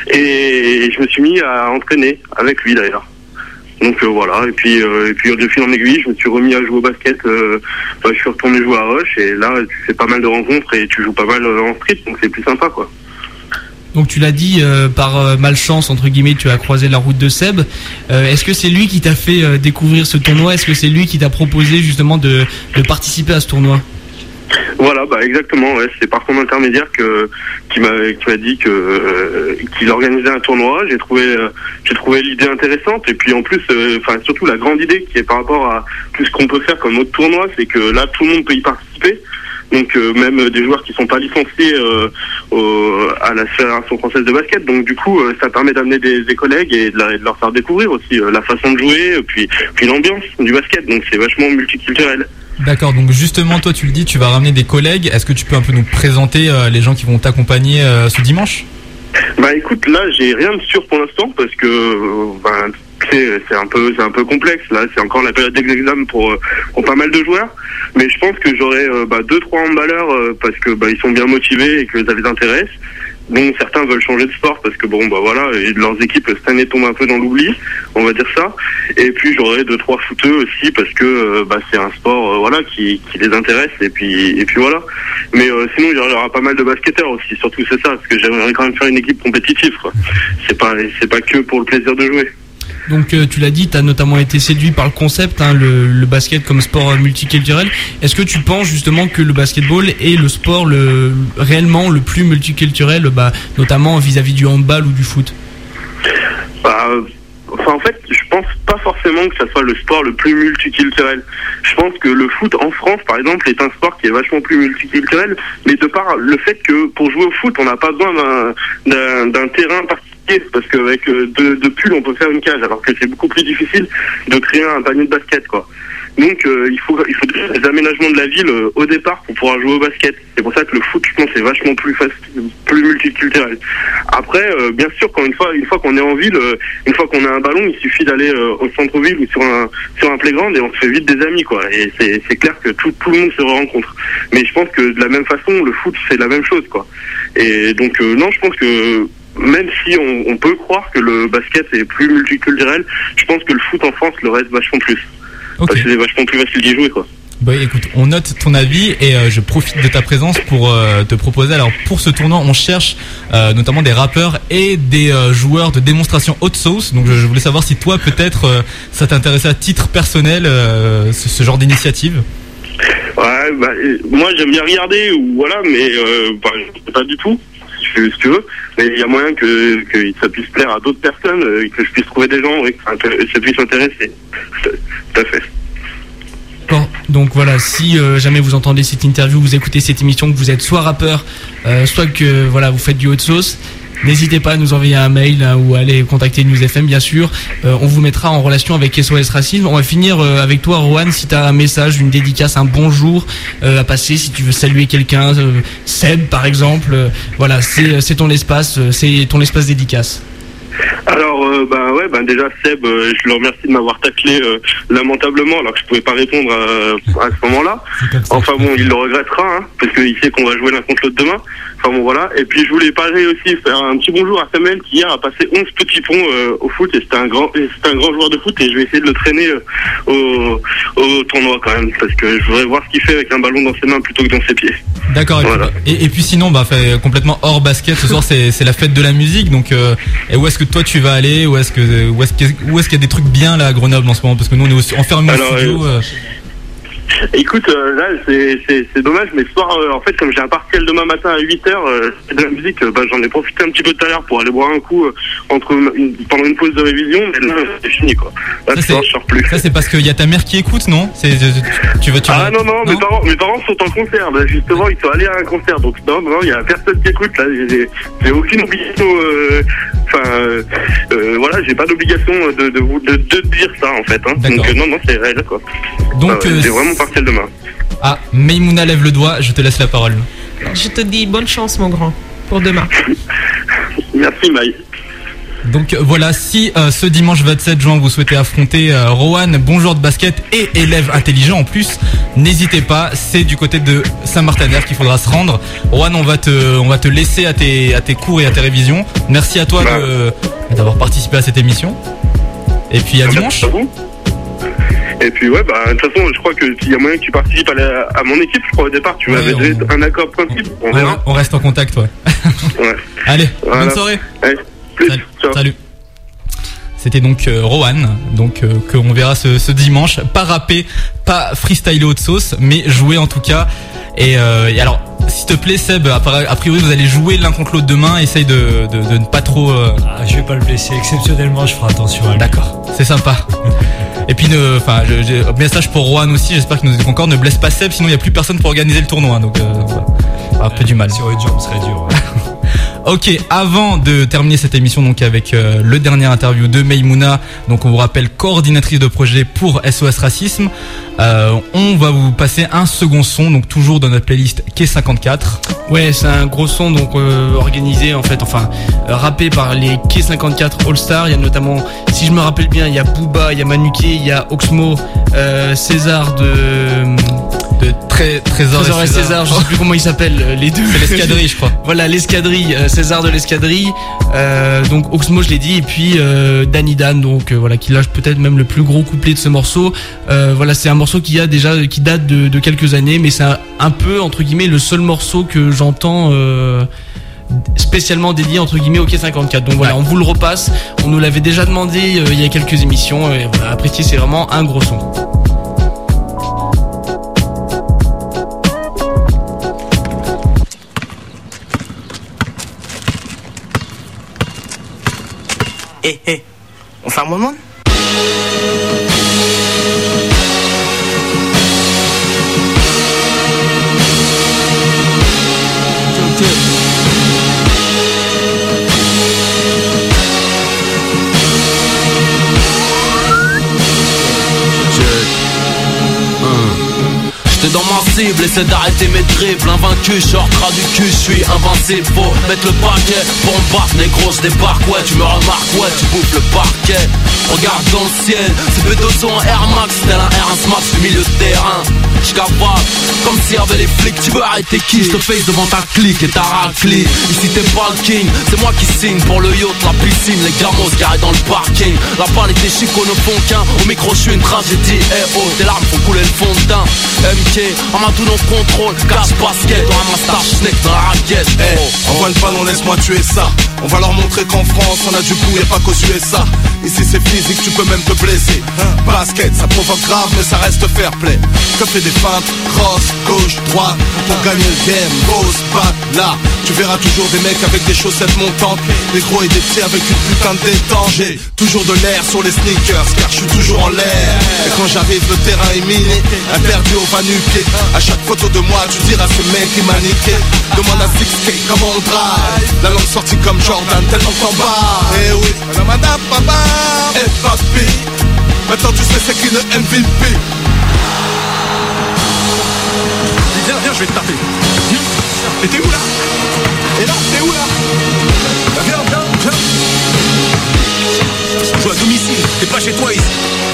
Et je me suis mis à entraîner avec lui, d'ailleurs. Donc euh, voilà, et puis euh, et puis de fil en aiguille, je me suis remis à jouer au basket. Euh, bah, je suis retourné jouer à Roche et là tu fais pas mal de rencontres et tu joues pas mal en street, donc c'est plus sympa quoi. Donc tu l'as dit, euh, par euh, malchance entre guillemets, tu as croisé la route de Seb. Euh, est-ce que c'est lui qui t'a fait euh, découvrir ce tournoi? Est-ce que c'est lui qui t'a proposé justement de, de participer à ce tournoi? Voilà, bah exactement. Ouais. C'est par son intermédiaire que qui m'a qui m'a dit que euh, qu'il organisait un tournoi. J'ai trouvé euh, j'ai trouvé l'idée intéressante et puis en plus, enfin euh, surtout la grande idée qui est par rapport à tout ce qu'on peut faire comme autre tournoi, c'est que là tout le monde peut y participer. Donc euh, même des joueurs qui sont pas licenciés euh, au, à la Fédération française de basket. Donc du coup, euh, ça permet d'amener des, des collègues et de, la, de leur faire découvrir aussi euh, la façon de jouer, puis puis l'ambiance du basket. Donc c'est vachement multiculturel. D'accord, donc justement, toi tu le dis, tu vas ramener des collègues. Est-ce que tu peux un peu nous présenter euh, les gens qui vont t'accompagner euh, ce dimanche? Bah écoute, là j'ai rien de sûr pour l'instant parce que euh, bah, c'est, c'est un peu c'est un peu complexe. Là c'est encore la période d'examen pour, pour pas mal de joueurs. Mais je pense que j'aurai euh, bah, deux trois handballeurs euh, parce que bah, ils sont bien motivés et que ça les intéresse. Bon, certains veulent changer de sport parce que bon bah voilà, et leurs équipes cette année tombent un peu dans l'oubli, on va dire ça. Et puis j'aurai deux trois footeux aussi parce que euh, bah c'est un sport euh, voilà qui, qui les intéresse et puis et puis voilà. Mais euh, sinon il y aura pas mal de basketteurs aussi, surtout c'est ça parce que j'aimerais quand même faire une équipe compétitive quoi. C'est pas c'est pas que pour le plaisir de jouer. Donc euh, tu l'as dit, tu as notamment été séduit par le concept, hein, le, le basket comme sport euh, multiculturel. Est-ce que tu penses justement que le basketball est le sport le, réellement le plus multiculturel, bah, notamment vis-à-vis du handball ou du foot? Bah, enfin en fait, je pense pas forcément que ça soit le sport le plus multiculturel. Je pense que le foot en France, par exemple, est un sport qui est vachement plus multiculturel, mais de par le fait que pour jouer au foot, on n'a pas besoin d'un, d'un, d'un terrain particulier. Parce qu'avec deux, deux pulls on peut faire une cage, alors que c'est beaucoup plus difficile de créer un panier de basket quoi. Donc euh, il faut il faut des aménagements de la ville euh, au départ pour pouvoir jouer au basket. C'est pour ça que le foot je pense c'est vachement plus facile, plus multiculturel. Après euh, bien sûr quand une fois une fois qu'on est en ville, euh, une fois qu'on a un ballon, il suffit d'aller euh, au centre-ville ou sur un sur un playground et on se fait vite des amis quoi. Et c'est c'est clair que tout tout le monde se rencontre. Mais je pense que de la même façon le foot c'est la même chose quoi. Et donc euh, non je pense que même si on, on peut croire que le basket est plus multiculturel, je pense que le foot en France le reste vachement plus. Okay. Parce que c'est vachement plus facile d'y jouer quoi. Bah écoute, on note ton avis et euh, je profite de ta présence pour euh, te proposer. Alors pour ce tournoi, on cherche euh, notamment des rappeurs et des euh, joueurs de démonstration hot sauce. Donc je, je voulais savoir si toi peut-être euh, ça t'intéressait à titre personnel euh, ce, ce genre d'initiative. Ouais, bah, moi j'aime bien regarder ou voilà, mais euh, bah, je sais pas du tout. Si tu veux, mais il y a moyen que, que ça puisse plaire à d'autres personnes, euh, que je puisse trouver des gens et que ça puisse intéresser. Tout à fait. Bon, donc voilà, si euh, jamais vous entendez cette interview, vous écoutez cette émission, que vous êtes soit rappeur, euh, soit que voilà vous faites du hot sauce, n'hésitez pas à nous envoyer un mail hein, ou à aller contacter News F M bien sûr. Euh, on vous mettra en relation avec S O S Racisme. On va finir euh, avec toi Rohan, si tu as un message, une dédicace, un bonjour euh, à passer, si tu veux saluer quelqu'un, euh, Seb par exemple. Euh, voilà, c'est, c'est ton espace, euh, c'est ton espace dédicace. Alors euh, bah ouais bah déjà Seb euh, je le remercie de m'avoir taclé euh, lamentablement alors que je pouvais pas répondre à, à ce moment-là. Enfin bon il le regrettera hein, parce qu'il sait qu'on va jouer l'un contre l'autre demain. Enfin bon voilà, et puis je voulais pareil aussi faire un petit bonjour à Samuel qui hier a passé onze petits ponts euh, au foot et c'était un grand et c'était un grand joueur de foot et je vais essayer de le traîner euh, au, au tournoi quand même parce que je voudrais voir ce qu'il fait avec un ballon dans ses mains plutôt que dans ses pieds. D'accord, voilà. et, et puis sinon bah fait complètement hors basket ce soir c'est, c'est la fête de la musique donc euh, et où est-ce que toi tu vas aller, où est-ce que où est-ce qu'il y a, où est-ce qu'il y a des trucs bien là à Grenoble en ce moment parce que nous on est aussi enfermés au studio. Euh... Écoute, euh, là c'est, c'est, c'est dommage, mais ce soir, euh, en fait, comme j'ai un partiel demain matin à huit heures, euh, de la musique, euh, bah, j'en ai profité un petit peu tout à l'heure pour aller boire un coup euh, entre une, pendant une pause de révision, mais là c'est fini quoi. Là ça, ce soir, je sors plus. Ça c'est parce qu'il y a ta mère qui écoute, non c'est, tu, tu vas tu Ah non, non, non, mes parents, mes parents sont en concert, là, justement, ils sont allés à un concert, donc non, non, il y a personne qui écoute, là, j'ai, j'ai aucune obligation euh, enfin, euh, euh, voilà, j'ai pas d'obligation de, de vous de, de dire ça en fait. Hein. Donc euh, non, non, c'est réel quoi. Donc, euh, euh, c'est vraiment partiel demain. Ah, Maïmouna lève le doigt, je te laisse la parole. Je te dis bonne chance, mon grand, pour demain. Merci, Maï. Donc voilà, si euh, ce dimanche vingt-sept juin vous souhaitez affronter euh, Rohan, bon joueur de basket et élève intelligent en plus, n'hésitez pas, c'est du côté de Saint-Martin-d'Air qu'il faudra se rendre. Rohan, on va te, on va te laisser à tes, à tes cours et à tes révisions. Merci à toi bah. de, d'avoir participé à cette émission. Et puis à bah, dimanche. Et puis ouais, bah de toute façon, je crois que s'il y a moyen que tu participes à, la, à mon équipe, je crois au départ, tu ouais, m'avais donné on... un accord de principe. On verra. On reste en contact, ouais. Ouais. Allez, voilà. Bonne soirée. Allez, plus. Salut. Ciao. Salut. C'était donc euh, Rohan, donc euh, qu'on verra ce, ce dimanche. Pas rappé, pas freestylé haute sauce, mais jouer en tout cas. Et, euh, et alors, s'il te plaît, Seb, a priori vous allez jouer l'un contre l'autre demain. Essaye de, de, de ne pas trop. Euh... Ah, je vais pas le blesser. Exceptionnellement, je ferai attention à lui. D'accord, c'est sympa. Et puis, enfin, message pour Rohan aussi. J'espère qu'il nous écoute encore. Ne blesse pas Seb, sinon il n'y a plus personne pour organiser le tournoi. Donc, euh, voilà. Un peu du mal. Sur une jambe, ce serait dur. Ouais. Ok, avant de terminer cette émission donc avec euh, le dernier interview de Maïmouna, donc on vous rappelle coordinatrice de projet pour S O S Racisme, euh, on va vous passer un second son, donc toujours dans notre playlist Quai cinquante-quatre. Ouais, c'est un gros son donc euh, organisé en fait, enfin euh, rappé par les Quai cinquante-quatre All Star. Il y a notamment, si je me rappelle bien, il y a Booba, il y a Manuké, il y a Oxmo, euh, César de de très Trésor, Trésor et César. César, je sais plus comment ils s'appellent les deux. C'est l'escadrille, je crois. Voilà, l'escadrille, euh, César de l'escadrille. Euh, donc Oxmo, je l'ai dit, et puis euh, Danny Dan, donc euh, voilà, qui lâche peut-être même le plus gros couplet de ce morceau. Euh, voilà, c'est un morceau qui a déjà, qui date de, de quelques années, mais c'est un, un peu entre guillemets le seul morceau que j'entends. Euh, spécialement dédié entre guillemets au Quai cinquante-quatre. Donc voilà, ouais. On vous le repasse. On nous l'avait déjà demandé euh, il y a quelques émissions. Et voilà, appréciez, c'est vraiment un gros son. Eh, hey, hey, on fait un moment? T'es dans ma cible, essaie d'arrêter mes dribbles. Invaincu, je sors du cul, je suis invincible. Faut mettre le paquet, pour me battre, négro, je débarque. Ouais, tu me remarques, ouais, tu bouffes le parquet. Regarde dans le ciel, c'est B deux cents en Air Max, tel un R un Max du milieu de terrain. J'capable, comme s'il y avait les flics. Tu veux arrêter qui? Je te face devant ta clique et ta raclée. Ici t'es pas le king, c'est moi qui signe pour le yacht, la piscine, les gamos garés dans le parking. La balle et tes chicots ne font qu'un. Au micro, je suis une tragédie. Eh oh, tes larmes font couler le fond de teint. M K, Amadou non contrôle, cache basket, on ramasse ta schneck dans la raquette. Hey, oh. Envoie le ballon, laisse-moi tuer ça. On va leur montrer qu'en France, on a du coup, y'a pas qu'aux U S A. Ici c'est physique, tu peux même te blesser. Basket, ça provoque grave, mais ça reste fair play. Que fait des feintes, cross, gauche, droite. Pour gagner le game, boss, bat, là. Tu verras toujours des mecs avec des chaussettes montantes, des gros et des petits avec une putain de détente. J'ai toujours de l'air sur les sneakers, car je suis toujours en l'air. Et quand j'arrive, le terrain est miné, interdit au va nu-pied. À chaque photo de moi, tu diras ce mec qui m'a niqué. Demande à six K comment on drive. La langue sortie comme Jordan, tellement t'en bats. Eh oui, madame, papa, F A P. Maintenant tu sais c'est qui le M V P. Viens, viens, je vais te taper. Viens. Et t'es où là? Et là, t'es où là? Viens, viens, viens. Je joue à domicile, t'es pas chez toi ici.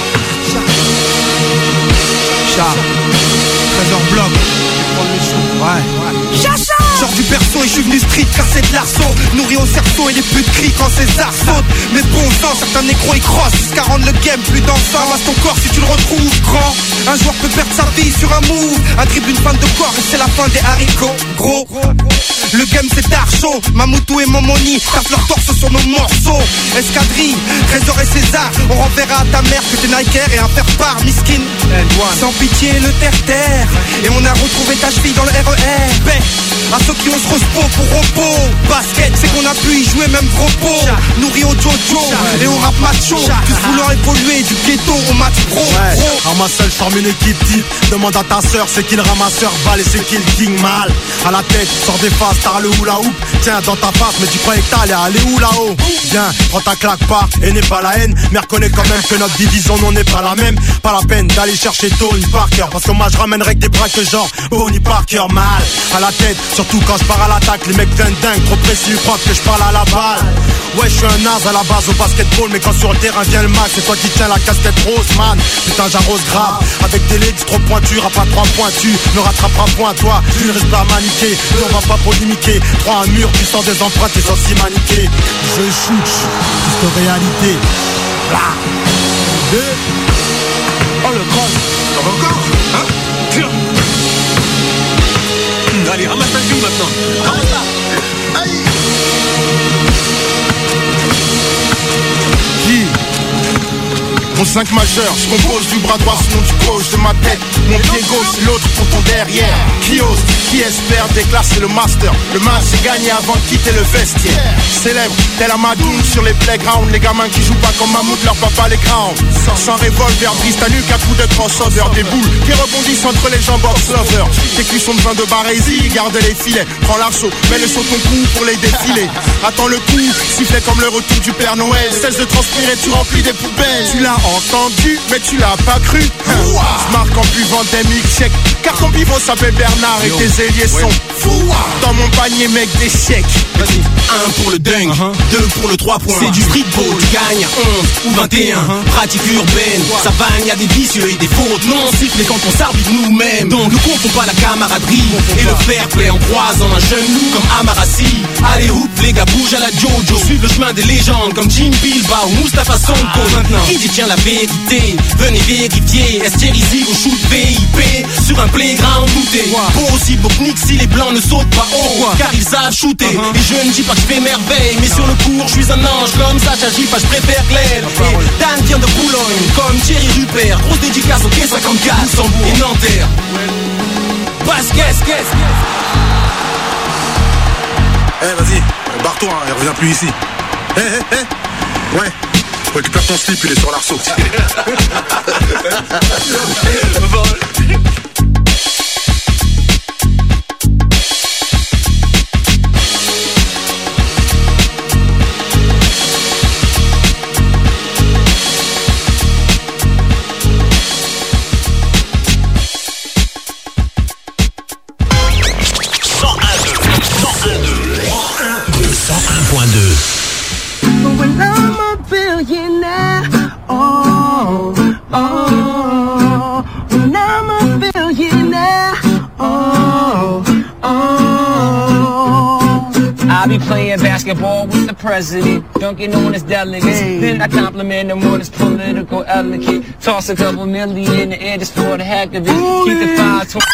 Chat. Trésor bloc. Ouais, ouais. Chacha! Sors du berceau et je suis venu street car c'est de l'arceau. Nourri au cerceau et les putes crient quand César saute. Mais bon sang, certains négros y crossent jusqu'à rendre le game plus dansant. Ramasse ton corps si tu le retrouves grand. Un joueur peut perdre sa vie sur un move. Un dribble, une fin de corps et c'est la fin des haricots. Gros, le game c'est d'archaud. Mamoutou et Momoni tapent leur torse sur nos morceaux. Escadrille, Trésor et César. On renverra à ta mère que t'es Nike et un faire-part miskin. Sans pitié le terre-terre. Et on a retrouvé ta cheville dans le R E R. Paix à ceux qui ont ce respo pour repos. Basket, c'est qu'on a pu y jouer même gros pot. Nourri au Jojo et au rap macho. Tous voulant évoluer du ghetto au match pro. Ouais, en ma seule, je forme une équipe type. Demande à ta sœur, c'est qui le ramasseur balle et c'est qui le king mal. À la tête, sort des faces, t'as le hula hoop. Tiens, dans ta face, mais tu croyais que t'allais aller où là-haut? Viens, prends ta claque pas et n'aie pas la haine. Mais reconnais quand même que notre division non n'est pas la même. Pas la peine d'aller chercher Tony Parker, parce que moi je ramènerai que des braques genre Bonnie Parker. Mal à la tête, surtout quand je pars à l'attaque. Les mecs viennent dingue, trop précis, ils croient que je parle à la balle. Ouais, je suis un naze à la base au basketball, mais quand sur le terrain vient le match, c'est toi qui tiens la casquette rose, man. Putain, j'arrose grave, avec des legs trop pointus, rap à trois pointus, me rattrapera point toi, tu ne restes pas maniqué, et on va pas polémiquer. Trois un mur, tu sens des empreintes, t'es aussi maniqué. Je shoot, juste réalité. Là. Deux. Oh le cross, ça va encore, hein? Tiens. Allez, ramasse ta gueule maintenant. Ramasse-la. Aïe. Qui? Mon cinq majeur, je compose du bras droit sinon du gauche de ma tête. Mon pied gauche, l'autre pour ton derrière. Qui ose, qui espère déclasser le master. Le match c'est gagné avant de quitter le vestiaire. Célèbre, tel Amadoun sur les playgrounds. Les gamins qui jouent pas comme Mahmoud, leur papa les grounds. Sans revolver, brise ta nuque à coups de crossover. Des boules qui rebondissent entre les jambes observers. Tes cuisses sont besoin de barésie, garde les filets. Prends l'arceau, mets-le sur ton cou pour les défiler. Attends le coup, sifflet comme le retour du Père Noël. Cesse de transpirer, tu remplis des poubelles. Tu l'as entendu, mais tu l'as pas cru. Je marque en buvant des milkshakes, car ton pivot s'appelle Bernard et tes ailiers sont fous. Dans mon panier, mec, des chèques. Vas-y, un pour le dunk, uh-huh. deux pour le trois points. C'est du streetball, tu gagnes à onze ou vingt et un. Uh-huh. Pratique urbaine, ça bagne, y'a des vicieux et des fautes. Non, on siffle quand on s'arbitre nous-mêmes. Donc ne confond pas la camaraderie et le fair play en croisant un jeune loup comme Amarassi. Allez, hoop, les gars, bouge à la Jojo. Suive le chemin des légendes comme Jim Bilba ou Mustafa Sonko. Maintenant, qui détient la vérité? Venez vérifier. Estérizy au shoot V I P sur un playground looté. Pas aussi beau que Nick si les blancs ne sautent pas haut, car ils savent shooter. Uh-huh. Et je ne dis pas que je fais merveille, mais sur le court je suis un ange comme Sacha Gifa, je préfère Claire. Et Dan vient de Boulogne comme Thierry Rupert. Grosse dédicace au Quai cinquante-quatre, Luxembourg et Nanterre. Basket, qu'est-ce Eh hey, vas-y, barre-toi, hein, il revient plus ici. Eh hey, eh hey, hey. Ouais, récupère ton slip, il est sur l'arceau. When I'm a billionaire, oh, oh, when I'm a billionaire, oh, oh. I'll be playing basketball with the president, dunking on his delegates. Hey. Then I compliment him on his political elegance. Toss a couple million in the air just for the heck of it. Ooh, keep the five twenty.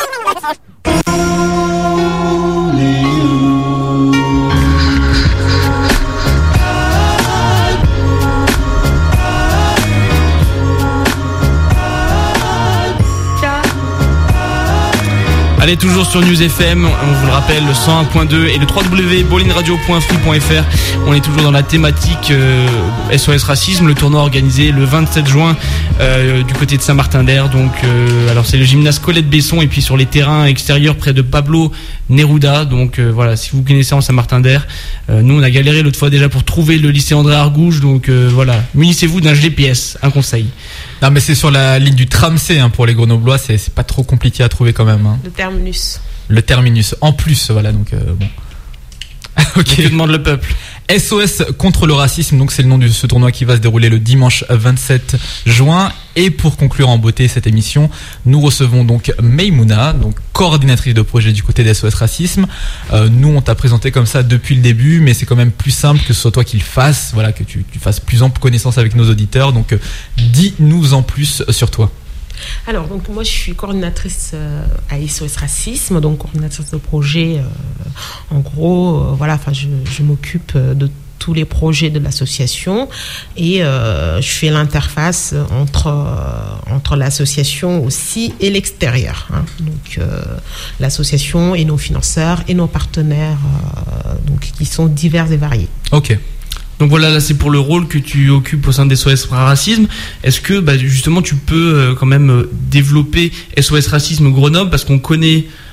Allez, toujours sur News F M, on vous le rappelle, le cent un point deux et le w w w point bowling radio point free point f r. On est toujours dans la thématique euh, S O S Racisme, le tournoi organisé le vingt-sept juin euh, du côté de Saint-Martin-d'Air. Donc, euh, alors c'est le gymnase Colette Besson et puis sur les terrains extérieurs près de Pablo Neruda. Donc euh, voilà, si vous connaissez en Saint-Martin-d'Air, euh, nous on a galéré l'autre fois déjà pour trouver le lycée André Argouge. Donc euh, voilà, munissez-vous d'un G P S, un conseil. Non mais c'est sur la ligne du tram C hein, pour les Grenoblois, c'est, c'est pas trop compliqué à trouver quand même. Hein. Le terminus. Le terminus, en plus, voilà, donc euh, bon. Ok. Que demande le peuple? S O S contre le racisme, donc c'est le nom de ce tournoi qui va se dérouler le dimanche vingt-sept juin. Et pour conclure en beauté cette émission, nous recevons donc Maïmouna, donc coordinatrice de projet du côté d'S O S Racisme. Euh, nous, on t'a présenté comme ça depuis le début, mais c'est quand même plus simple que ce soit toi qui le fasses, voilà, que tu, tu fasses plus ample connaissance avec nos auditeurs. Donc, euh, dis-nous en plus sur toi. Alors, donc moi, je suis coordinatrice euh, à S O S Racisme, donc coordinatrice de projet. Euh, en gros, euh, voilà, enfin, je, je m'occupe de tous les projets de l'association et euh, je fais l'interface entre euh, entre l'association aussi et l'extérieur. Hein. Donc, euh, l'association et nos financeurs et nos partenaires, euh, donc qui sont divers et variés. Ok. Donc voilà, là c'est pour le rôle que tu occupes au sein d'S O S Racisme. Est-ce que bah, justement tu peux euh, quand même euh, développer S O S Racisme Grenoble, parce qu'on connaît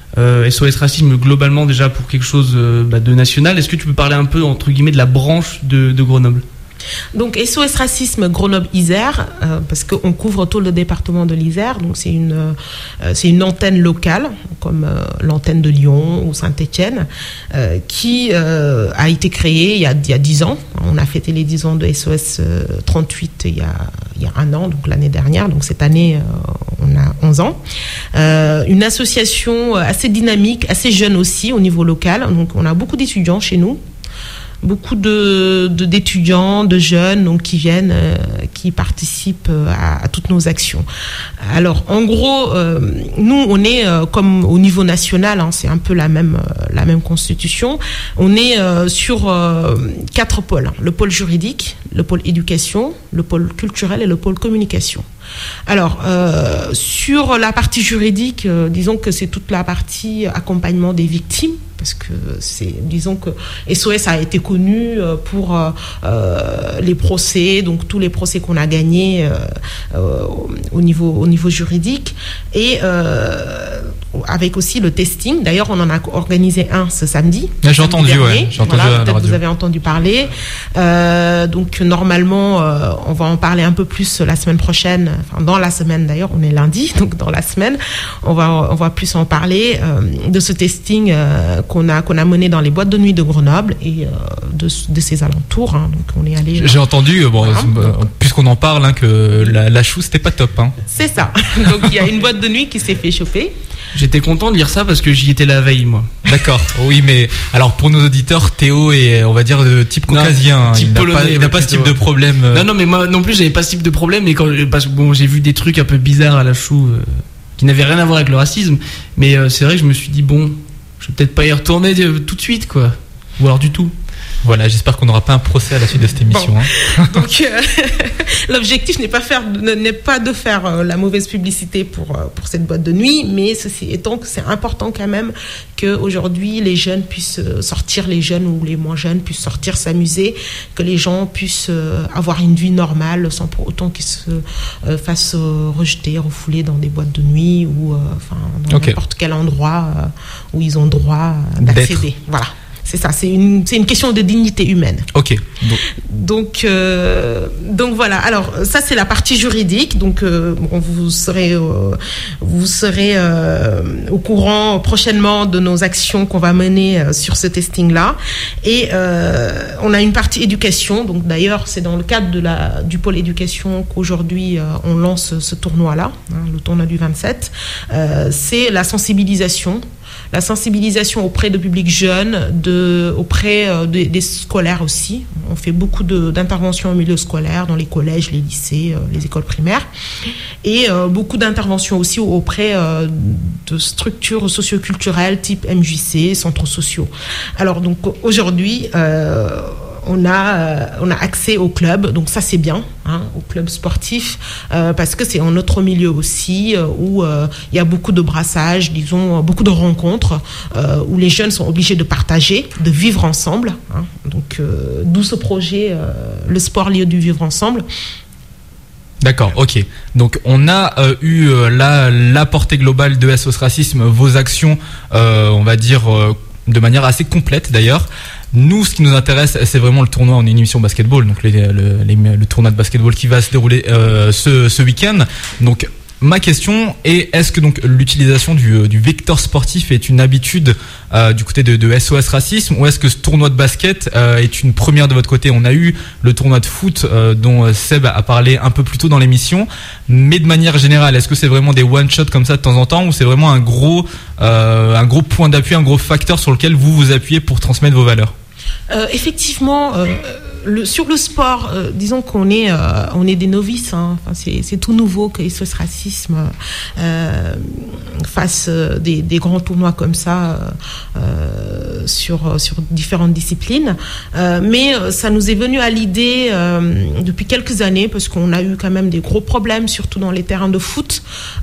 euh, S O S Racisme globalement déjà pour quelque chose euh, bah, de national. Est-ce que tu peux parler un peu entre guillemets de la branche de, de Grenoble ? Donc S O S Racisme Grenoble-Isère, euh, parce qu'on couvre tout le département de l'Isère, donc c'est une, euh, c'est une antenne locale, comme euh, l'antenne de Lyon ou Saint-Étienne, euh, qui euh, a été créée il y a, il y a dix ans. On a fêté les dix ans de S O S euh, trente-huit il y, a, il y a un an, donc l'année dernière, donc cette année euh, on a onze ans. Euh, une association assez dynamique, assez jeune aussi au niveau local, donc on a beaucoup d'étudiants chez nous. Beaucoup de, de d'étudiants, de jeunes, donc qui viennent, euh, qui participent à, à toutes nos actions. Alors, en gros, euh, nous, on est euh, comme au niveau national, hein, c'est un peu la même euh, la même constitution. On est euh, sur euh, quatre pôles hein. Le pôle juridique, le pôle éducation, le pôle culturel et le pôle communication. Alors, euh, sur la partie juridique, euh, disons que c'est toute la partie accompagnement des victimes, parce que c'est, disons que S O S a été connu pour euh, les procès, donc tous les procès qu'on a gagnés euh, euh, au niveau au niveau juridique, et euh, avec aussi le testing. D'ailleurs, on en a organisé un ce samedi. J'ai samedi entendu, dernier. ouais. J'ai entendu. Voilà, peut-être vous avez entendu parler. Euh, donc normalement, euh, on va en parler un peu plus la semaine prochaine. Enfin, dans la semaine d'ailleurs, on est lundi, donc dans la semaine, on va on va plus en parler euh, de ce testing euh, qu'on a qu'on a mené dans les boîtes de nuit de Grenoble et euh, de de ses alentours. Hein. Donc on est allé. J'ai entendu, bon, voilà. Puisqu'on en parle, hein, que la, la chou c'était pas top. Hein. C'est ça. Donc il y a une boîte de nuit qui s'est fait choper. J'étais content de lire ça parce que j'y étais la veille, moi. D'accord. Oui, mais alors pour nos auditeurs, Théo est, on va dire, de type caucasien. Type il n'a polonais, pas, il n'a pas ce type de problème. Non, non, mais moi non plus, j'avais pas ce type de problème. Mais quand, parce que bon, j'ai vu des trucs un peu bizarres à la chou euh, qui n'avaient rien à voir avec le racisme. Mais euh, c'est vrai que je me suis dit bon, je vais peut-être pas y retourner de, tout de suite, quoi. Ou alors du tout. Voilà, j'espère qu'on n'aura pas un procès à la suite de cette émission. Bon. Hein. Donc, euh, l'objectif n'est pas, faire, n'est pas de faire euh, la mauvaise publicité pour, euh, pour cette boîte de nuit, mais ceci étant que c'est important quand même qu'aujourd'hui les jeunes puissent sortir, les jeunes ou les moins jeunes puissent sortir, s'amuser, que les gens puissent euh, avoir une vie normale sans pour autant qu'ils se euh, fassent euh, rejeter, refouler dans des boîtes de nuit ou euh, enfin, dans okay. n'importe quel endroit euh, où ils ont droit euh, d'accéder. D'être. Voilà. C'est ça, c'est une, c'est une question de dignité humaine. Ok. Bon. Donc, euh, donc voilà. Alors ça c'est la partie juridique. Donc euh, bon, vous serez, euh, vous serez euh, au courant prochainement de nos actions qu'on va mener euh, sur ce testing-là. Et euh, on a une partie éducation. Donc d'ailleurs c'est dans le cadre de la du pôle éducation qu'aujourd'hui euh, on lance ce tournoi-là, hein, le tournoi du vingt-sept. Euh, c'est la sensibilisation. La sensibilisation auprès de publics jeunes, de, auprès euh, de, des scolaires aussi. On fait beaucoup de, d'interventions au milieu scolaire, dans les collèges, les lycées, euh, les écoles primaires. Et euh, beaucoup d'interventions aussi auprès euh, de structures socioculturelles type M J C, centres sociaux. Alors donc aujourd'hui... Euh, On a, euh, on a accès au club, donc ça c'est bien, hein, au club sportif, euh, parce que c'est un autre milieu aussi euh, où il euh, y a beaucoup de brassages, disons, beaucoup de rencontres, euh, où les jeunes sont obligés de partager, de vivre ensemble. Hein, donc euh, d'où ce projet, euh, le sport lieu du vivre ensemble. D'accord, ok. Donc on a euh, eu euh, la, la portée globale de S O S Racisme, vos actions, euh, on va dire, euh, de manière assez complète d'ailleurs. Nous, ce qui nous intéresse, c'est vraiment le tournoi. On est une émission basketball, donc les, le, les, le tournoi de basketball qui va se dérouler euh, ce, ce week-end. Donc, ma question est, est-ce que donc l'utilisation du, du vecteur sportif est une habitude euh, du côté de, de S O S Racisme, ou est-ce que ce tournoi de basket euh, est une première de votre côté? On a eu le tournoi de foot euh, dont Seb a parlé un peu plus tôt dans l'émission, mais de manière générale, est-ce que c'est vraiment des one-shots comme ça de temps en temps, ou c'est vraiment un gros, euh, un gros point d'appui, un gros facteur sur lequel vous vous appuyez pour transmettre vos valeurs? Euh, effectivement, euh, le, sur le sport, euh, disons qu'on est, euh, on est des novices. Hein. Enfin, c'est, c'est tout nouveau que S O S Racisme euh, fasse euh, des, des grands tournois comme ça euh, sur, sur différentes disciplines. Euh, mais euh, ça nous est venu à l'idée euh, depuis quelques années, parce qu'on a eu quand même des gros problèmes, surtout dans les terrains de foot,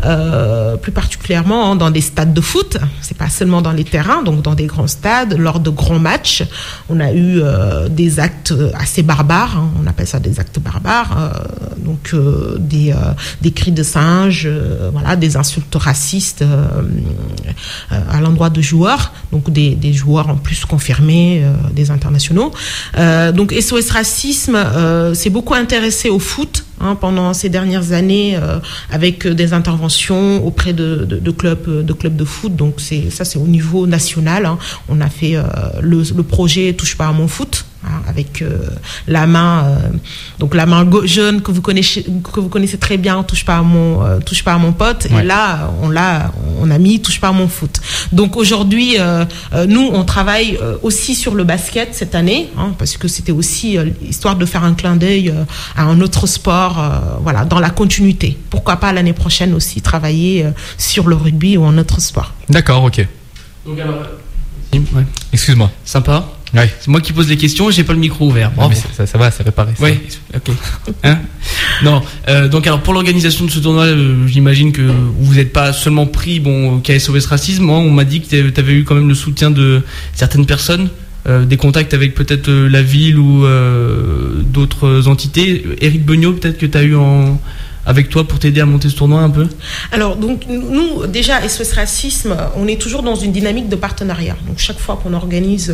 euh, plus particulièrement hein, dans des stades de foot. C'est pas seulement dans les terrains, donc dans des grands stades, lors de grands matchs. On a eu euh, des actes assez barbares, hein, on appelle ça des actes barbares, euh, donc euh, des, euh, des cris de singe, euh, voilà, des insultes racistes euh, euh, à l'endroit de joueurs, donc des, des joueurs en plus confirmés, euh, des internationaux. Euh, donc S O S Racisme euh, s'est beaucoup intéressé au foot. Hein, pendant ces dernières années, euh, avec des interventions auprès de, de, de clubs de clubs de foot. Donc c'est ça, c'est au niveau national. Hein. On a fait euh, le, le projet Touche pas à mon foot, hein, avec euh, la main, euh, donc la main go- jaune que vous connaissez que vous connaissez très bien. Touche pas à mon euh, touche pas à mon pote. Ouais. Et là, on l'a, on a mis Touche pas à mon foot. Donc aujourd'hui, euh, euh, nous, on travaille euh, aussi sur le basket cette année, hein, parce que c'était aussi euh, histoire de faire un clin d'œil euh, à un autre sport. Euh, voilà, dans la continuité. Pourquoi pas l'année prochaine aussi travailler euh, sur le rugby ou un autre sport. D'accord, ok. Donc alors, ouais. Excuse-moi. Sympa. Ouais. C'est moi qui pose les questions, j'ai pas le micro ouvert. Non, mais ça, ça va, c'est réparé. Ça. Ouais, ok. Hein non, euh, donc alors pour l'organisation de ce tournoi, euh, j'imagine que vous n'êtes pas seulement pris bon qu'à S O S Racisme. Moi, on m'a dit que tu avais eu quand même le soutien de certaines personnes. Euh, des contacts avec peut-être euh, la ville ou euh, d'autres entités. Éric Beugnot, peut-être que tu as eu en... avec toi pour t'aider à monter ce tournoi un peu? Alors, donc, nous, déjà, S O S Racisme, on est toujours dans une dynamique de partenariat. Donc, chaque fois qu'on organise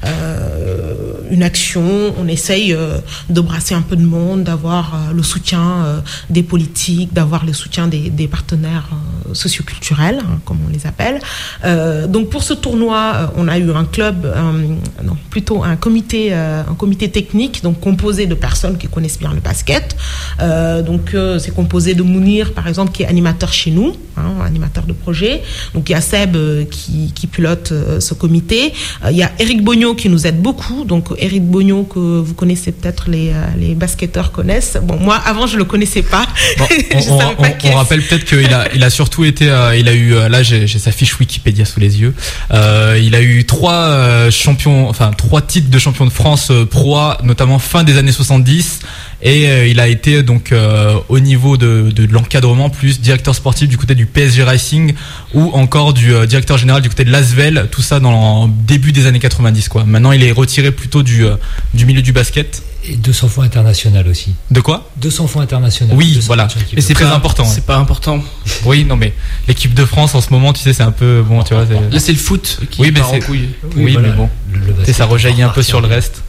euh, une action, on essaye euh, de brasser un peu de monde, d'avoir euh, le soutien euh, des politiques, d'avoir le soutien des, des partenaires euh, socioculturels, hein, comme on les appelle. Euh, donc, pour ce tournoi, euh, on a eu un club, euh, non, plutôt un comité, euh, un comité technique, donc composé de personnes qui connaissent bien le basket. Euh, donc, euh, c'est composé de Mounir, par exemple, qui est animateur chez nous, hein, animateur de projet. Donc, il y a Seb euh, qui, qui pilote euh, ce comité. Euh, il y a Éric Beugnot qui nous aide beaucoup. Donc, Éric Beugnot, que vous connaissez peut-être, les, euh, les basketteurs connaissent. Bon, moi, avant, je le connaissais pas. Bon, on, on, on, on rappelle peut-être qu'il a, il a surtout été, euh, il a eu, euh, là, j'ai, j'ai sa fiche Wikipédia sous les yeux. Euh, il a eu trois euh, champions, enfin, trois titres de champion de France euh, Pro A, notamment fin des années soixante-dix. Et euh, il a été donc euh, au niveau de, de, de l'encadrement plus directeur sportif du côté du P S G Racing ou encore du euh, directeur général du côté de l'Asvel, tout ça dans le début des années quatre-vingt-dix quoi. Maintenant il est retiré plutôt du, euh, du milieu du basket. Et deux cents fois international aussi. De quoi? deux cents fois international. Oui, voilà. Mais c'est très pas, important. C'est pas important. Oui, non mais l'équipe de France en ce moment, tu sais, c'est un peu bon, tu vois. C'est... Là c'est le foot qui oui, mais part c'est... en couille. Oui, oui voilà, mais bon, le, le ça rejaillit un peu sur le reste.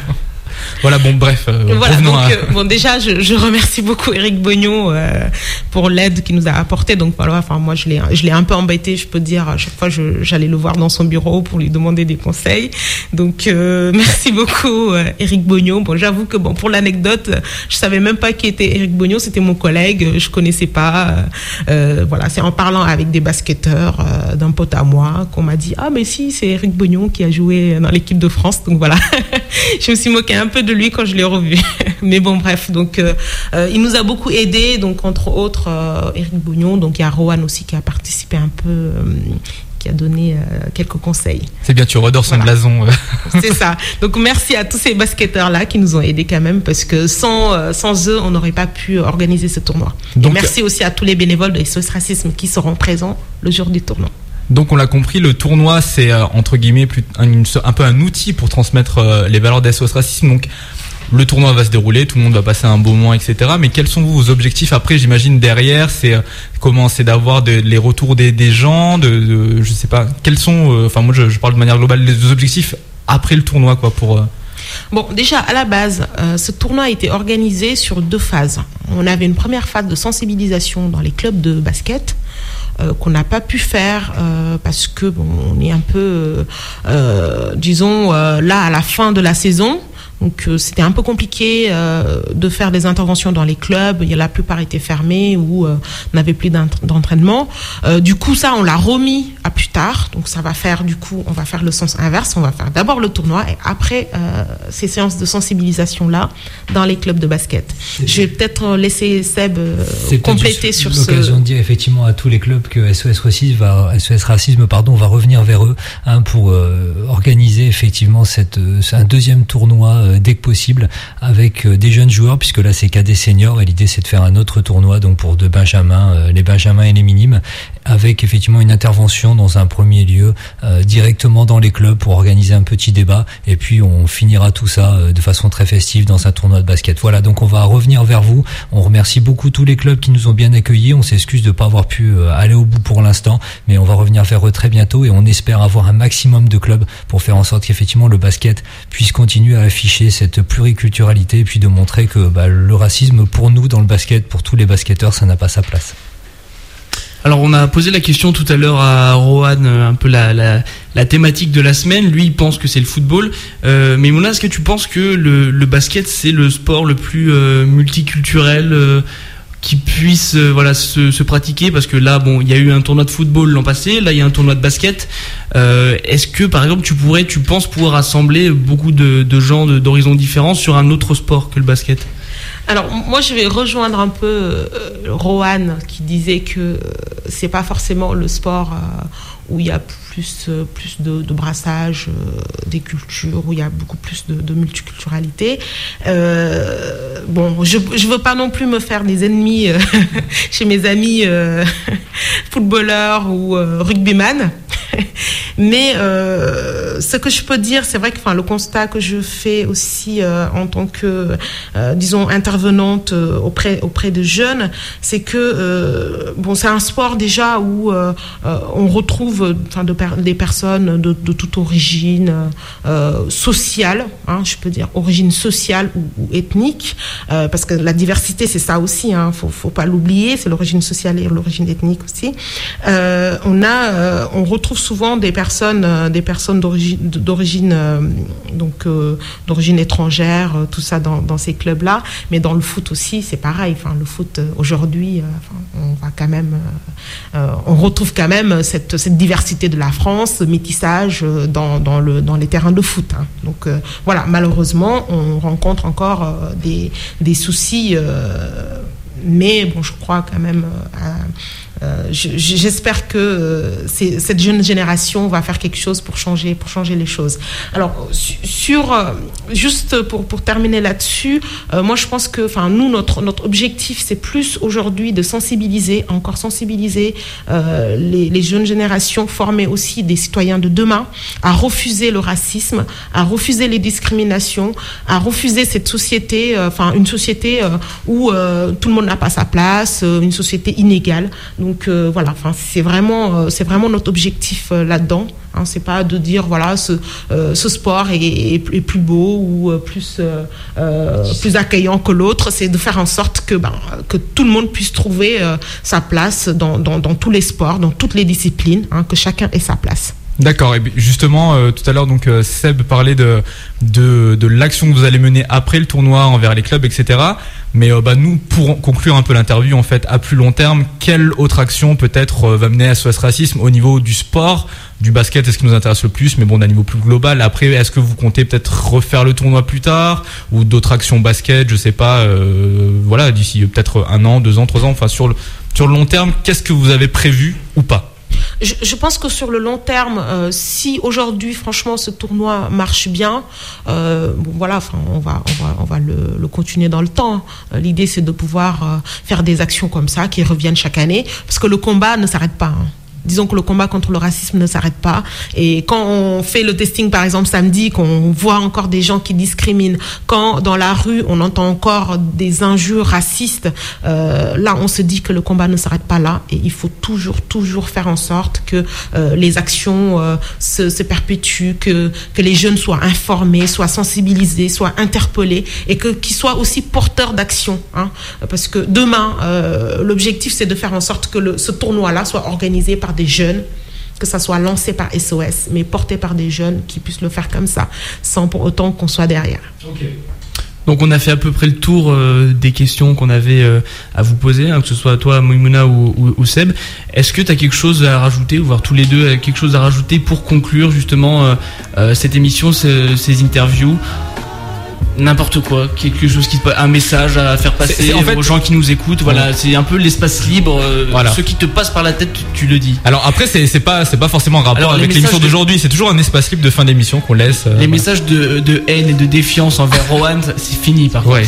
Voilà, bon, bref. Euh, voilà, donc, à... euh, bon, déjà, je, je remercie beaucoup Éric Beugnot euh, pour l'aide qu'il nous a apportée. Donc voilà, enfin moi, je l'ai, je l'ai un peu embêté, je peux dire. À chaque fois, je, j'allais le voir dans son bureau pour lui demander des conseils. Donc euh, merci beaucoup, euh, Éric Beugnot. Bon, j'avoue que bon, pour l'anecdote, je savais même pas qui était Éric Beugnot. C'était mon collègue, je connaissais pas. Euh, voilà, c'est en parlant avec des basketteurs euh, d'un pote à moi qu'on m'a dit ah mais si, c'est Éric Beugnot qui a joué dans l'équipe de France. Donc voilà, je me suis moqué un peu de lui quand je l'ai revu. Mais bon, bref, donc euh, euh, il nous a beaucoup aidé, donc entre autres euh, Éric Beugnot, donc il y a Rohan aussi qui a participé un peu, euh, qui a donné euh, quelques conseils. C'est bien, tu redors son voilà. blason. C'est ça. Donc merci à tous ces basketteurs là qui nous ont aidés quand même, parce que sans euh, sans eux, on n'aurait pas pu organiser ce tournoi. Donc, et merci aussi à tous les bénévoles de S O S Racisme qui seront présents le jour du tournoi. Donc on l'a compris, le tournoi c'est euh, entre guillemets plus, un, une, un peu un outil pour transmettre euh, les valeurs d'S O S Racisme. Donc le tournoi va se dérouler, tout le monde va passer un beau moment, et cetera. Mais quels sont vos objectifs après? J'imagine derrière, c'est euh, comment c'est d'avoir de, les retours des, des gens, de, de je sais pas. Quels sont, enfin euh, moi je, je parle de manière globale, les objectifs après le tournoi quoi pour. Euh... Bon, déjà à la base, euh, ce tournoi a été organisé sur deux phases. On avait une première phase de sensibilisation dans les clubs de basket. Euh, qu'on n'a pas pu faire euh, parce que bon, on est un peu, euh, disons, euh, là à la fin de la saison. Donc euh, c'était un peu compliqué euh, de faire des interventions dans les clubs. Il y a, la plupart étaient fermés ou euh, n'avaient plus d'entraînement. Euh, du coup, ça, on l'a remis à plus tard. Donc ça va faire, du coup, on va faire le sens inverse. On va faire d'abord le tournoi et après euh, ces séances de sensibilisation-là dans les clubs de basket. C'est Je vais peut-être laisser Seb euh, compléter sur ce... C'est l'occasion de dire effectivement à tous les clubs que S O S Racisme va, S O S Racisme, pardon, va revenir vers eux hein, pour euh, organiser effectivement cette, un deuxième tournoi euh, dès que possible avec euh, des jeunes joueurs, puisque là c'est cadet senior et l'idée c'est de faire un autre tournoi donc pour de Benjamins, euh, les Benjamins et les minimes, avec effectivement une intervention dans un premier lieu euh, directement dans les clubs pour organiser un petit débat, et puis on finira tout ça euh, de façon très festive dans un tournoi de basket. Voilà, donc on va revenir vers vous. On remercie beaucoup tous les clubs qui nous ont bien accueillis. On s'excuse de ne pas avoir pu euh, aller au bout pour l'instant, mais on va revenir vers eux très bientôt et on espère avoir un maximum de clubs pour faire en sorte qu'effectivement le basket puisse continuer à afficher cette pluriculturalité et puis de montrer que bah, le racisme pour nous dans le basket, pour tous les basketteurs, ça n'a pas sa place. Alors on a posé la question tout à l'heure à Rohan, un peu la, la, la thématique de la semaine. Lui il pense que c'est le football. Euh, mais Mouna, est-ce que tu penses que le, le basket c'est le sport le plus euh, multiculturel euh, qui puisse euh, voilà se, se pratiquer? Parce que là bon, il y a eu un tournoi de football l'an passé, là il y a un tournoi de basket. Euh, est-ce que par exemple tu pourrais, tu penses pouvoir rassembler beaucoup de, de gens de, d'horizons différents sur un autre sport que le basket? Alors moi je vais rejoindre un peu euh, Rohan qui disait que euh, c'est pas forcément le sport euh, où il y a plus euh, plus de, de brassage euh, des cultures, où il y a beaucoup plus de, de multiculturalité. Euh, bon, je je veux pas non plus me faire des ennemis euh, chez mes amis euh, footballeurs ou euh, rugbyman. Mais euh, ce que je peux dire, c'est vrai que enfin, le constat que je fais aussi euh, en tant que, euh, disons, intervenante euh, auprès, auprès de jeunes, c'est que euh, bon, c'est un sport déjà où euh, euh, on retrouve enfin, de per- des personnes de, de toute origine euh, sociale, hein, je peux dire origine sociale ou, ou ethnique, euh, parce que la diversité c'est ça aussi, hein, faut, faut pas l'oublier, c'est l'origine sociale et l'origine ethnique aussi. Euh, on a, euh, on retrouve souvent des personnes, euh, des personnes d'origine, d'origine euh, donc euh, d'origine étrangère, euh, tout ça dans, dans ces clubs-là. Mais dans le foot aussi, c'est pareil. Enfin, le foot euh, aujourd'hui, euh, enfin, on va quand même, euh, euh, on retrouve quand même cette, cette diversité de la France, ce métissage euh, dans, dans le dans les terrains de foot. Hein. Donc euh, voilà, malheureusement, on rencontre encore euh, des des soucis. Euh, mais bon, je crois quand même. Euh, Euh, j'espère que euh, c'est, cette jeune génération va faire quelque chose pour changer, pour changer les choses. Alors, sur, euh, juste pour, pour terminer là-dessus, euh, moi je pense que, enfin, nous, notre, notre objectif, c'est plus aujourd'hui de sensibiliser, encore sensibiliser euh, les, les jeunes générations, former aussi des citoyens de demain à refuser le racisme, à refuser les discriminations, à refuser cette société, euh, enfin, une société euh, où euh, tout le monde n'a pas sa place, euh, une société inégale. Donc euh, voilà, enfin c'est vraiment euh, c'est vraiment notre objectif euh, là-dedans. Hein, c'est pas de dire voilà ce euh, ce sport est, est, est plus beau ou euh, plus euh, euh, plus accueillant que l'autre. C'est de faire en sorte que ben que tout le monde puisse trouver euh, sa place dans, dans dans tous les sports, dans toutes les disciplines, hein, que chacun ait sa place. D'accord, et justement euh, tout à l'heure donc euh, Seb parlait de, de de l'action que vous allez mener après le tournoi envers les clubs, et cetera. Mais euh, bah nous, pour conclure un peu l'interview en fait à plus long terme, quelle autre action peut-être euh, va mener à S O S Racisme au niveau du sport, du basket, est ce qui nous intéresse le plus, mais bon d'un niveau plus global. Après, est-ce que vous comptez peut-être refaire le tournoi plus tard ou d'autres actions basket, je sais pas, euh, voilà d'ici euh, peut-être un an, deux ans, trois ans, enfin sur le sur le long terme, qu'est-ce que vous avez prévu ou pas? Je, je pense que sur le long terme, euh, si aujourd'hui, franchement, ce tournoi marche bien, euh, bon, voilà, enfin, on va, on va, on va le, le continuer dans le temps. Euh, l'idée, c'est de pouvoir euh, faire des actions comme ça qui reviennent chaque année, parce que le combat ne s'arrête pas. Hein. Disons que le combat contre le racisme ne s'arrête pas. Et quand on fait le testing, par exemple, samedi, qu'on voit encore des gens qui discriminent, quand dans la rue, on entend encore des injures racistes, euh, là, on se dit que le combat ne s'arrête pas là. Et il faut toujours, toujours faire en sorte que euh, les actions euh, se, se perpétuent, que, que les jeunes soient informés, soient sensibilisés, soient interpellés et que, qu'ils soient aussi porteurs d'action. Hein. Parce que demain, euh, l'objectif, c'est de faire en sorte que le, ce tournoi-là soit organisé par des jeunes, que ça soit lancé par S O S, mais porté par des jeunes qui puissent le faire comme ça, sans pour autant qu'on soit derrière. Okay. Donc on a fait à peu près le tour euh, des questions qu'on avait euh, à vous poser, hein, que ce soit toi, Moïmouna ou, ou, ou Seb. Est-ce que tu as quelque chose à rajouter, ou voir tous les deux quelque chose à rajouter pour conclure justement euh, euh, cette émission, ce, ces interviews? N'importe quoi, quelque chose qui te, un message à faire passer C'est- c'est en fait- aux gens qui nous écoutent. Voilà, Ouais. c'est un peu l'espace libre. euh, Voilà. Ce qui te passe par la tête, tu, tu le dis. Alors après, c'est c'est pas c'est pas forcément en rapport Alors, les avec l'émission messages de- d'aujourd'hui. C'est toujours un espace libre de fin d'émission qu'on laisse. euh, Les voilà. messages de, de haine et de défiance envers Rohan, c'est fini par contre. Ouais.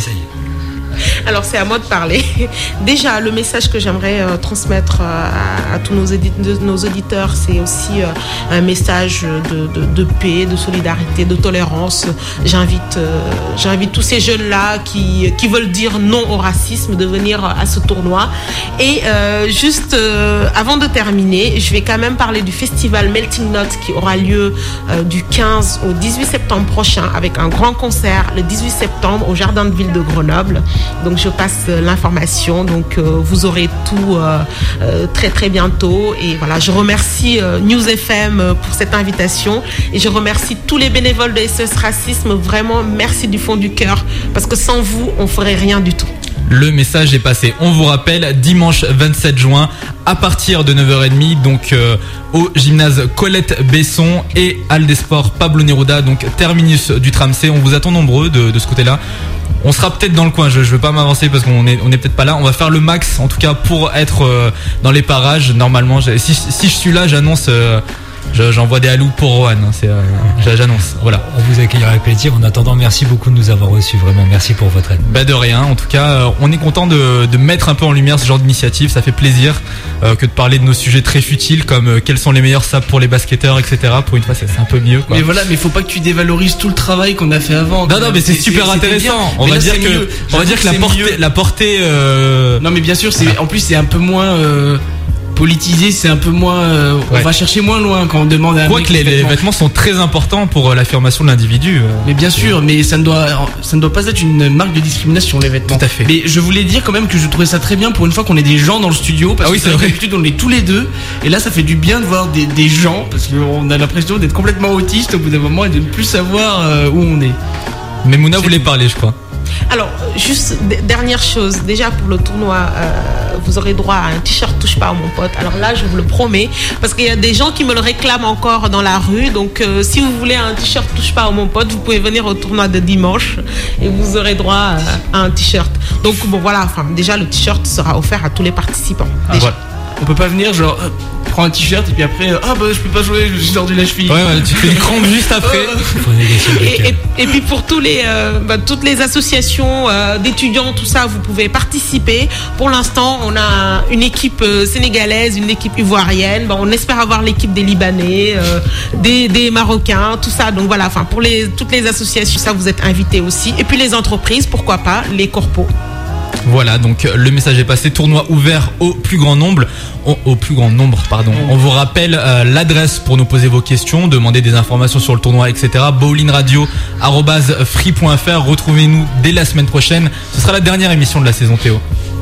Alors c'est à moi de parler. Déjà, le message que j'aimerais euh, transmettre euh, à, à tous nos, édi- de- nos auditeurs, c'est aussi euh, un message de, de- de paix, de solidarité, de tolérance. J'invite, euh, j'invite tous ces jeunes-là qui, qui veulent dire non au racisme de venir à ce tournoi. Et euh, juste euh, avant de terminer, je vais quand même parler du festival Melting Note qui aura lieu euh, du quinze au dix-huit septembre prochain avec un grand concert le dix-huit septembre au Jardin de Ville de Grenoble. Donc je passe euh, l'information, donc euh, vous aurez tout euh, euh, très très bientôt. Et voilà, je remercie euh, News F M euh, pour cette invitation et je remercie tous les bénévoles de S O S Racisme. Vraiment, merci du fond du cœur parce que sans vous, on ferait rien du tout. Le message est passé. On vous rappelle, dimanche vingt-sept juin, à partir de neuf heures trente, donc euh, au gymnase Colette Besson et Halle des Sports Pablo Neruda, donc terminus du tram C. On vous attend nombreux de, de ce côté-là. On sera peut-être dans le coin, je, je veux pas m'avancer parce qu'on est, on est peut-être pas là. On va faire le max, en tout cas, pour être euh, dans les parages. Normalement, j'ai- si, si je suis là, j'annonce... euh, je- j'envoie des halous pour Rohan, hein, c'est, euh, j'a- j'annonce, voilà. On vous accueillera avec plaisir. En attendant, merci beaucoup de nous avoir reçus. Vraiment, merci pour votre aide. Bah de rien, en tout cas euh, on est content de, de mettre un peu en lumière ce genre d'initiative, ça fait plaisir euh, que de parler de nos sujets très futiles comme euh, quels sont les meilleurs sables pour les basketteurs, et cetera. Pour une fois c'est c'est un peu mieux quoi. Mais voilà, mais faut pas que tu dévalorises tout le travail qu'on a fait avant. Non non mais c'est super c'était intéressant. bien. On Mais va là, dire c'est que mieux. on va J'avoue dire que la c'est portée mieux. la portée euh, Non mais bien sûr, c'est en plus c'est un peu moins euh, politisé, c'est un peu moins euh, Ouais. on va chercher moins loin quand on demande à un quoi mec que les, les complètement- vêtements sont très importants pour euh, l'affirmation de l'individu. euh. Mais bien sûr, mais ça ne doit, ça ne doit pas être une marque de discrimination les vêtements. Tout à fait. Mais je voulais dire quand même que je trouvais ça très bien pour une fois qu'on est des gens dans le studio. Parce Ah oui, que c'est vrai. D'habitude on est tous les deux, et là ça fait du bien de voir des, des gens parce qu'on a l'impression d'être complètement autiste au bout d'un moment et de ne plus savoir euh, où on est. Mais Mouna voulait parler je crois. Alors, juste d- dernière chose, déjà pour le tournoi, euh, vous aurez droit à un t-shirt touche pas à mon pote. Alors là, je vous le promets, parce qu'il y a des gens qui me le réclament encore dans la rue. Donc, euh, si vous voulez un t-shirt touche pas à mon pote, vous pouvez venir au tournoi de dimanche et vous aurez droit euh, à un t-shirt. Donc bon, voilà. Enfin, déjà le t-shirt sera offert à tous les participants. Ah, Déjà. voilà. On peut pas venir genre euh, prends un t-shirt et puis après euh, ah bah je peux pas jouer, je suis sorti de la cheville. Ouais, ouais, tu fais une crampe juste après. Et, et- et puis pour tous les, euh, bah, toutes les associations euh, d'étudiants, tout ça, vous pouvez participer. Pour l'instant, on a une équipe euh, sénégalaise, une équipe ivoirienne. Bah, on espère avoir l'équipe des Libanais, euh, des, des Marocains, tout ça. Donc voilà, enfin pour les, toutes les associations, ça vous êtes invités aussi. Et puis les entreprises, pourquoi pas, les corpos. Voilà, donc euh, le message est passé. Tournoi ouvert au plus grand nombre. Au, au plus grand nombre, pardon. On vous rappelle euh, l'adresse pour nous poser vos questions, demander des informations sur le tournoi, et cetera. bowlinradio arobase free point f r. Retrouvez-nous dès la semaine prochaine. Ce sera la dernière émission de la saison, Théo.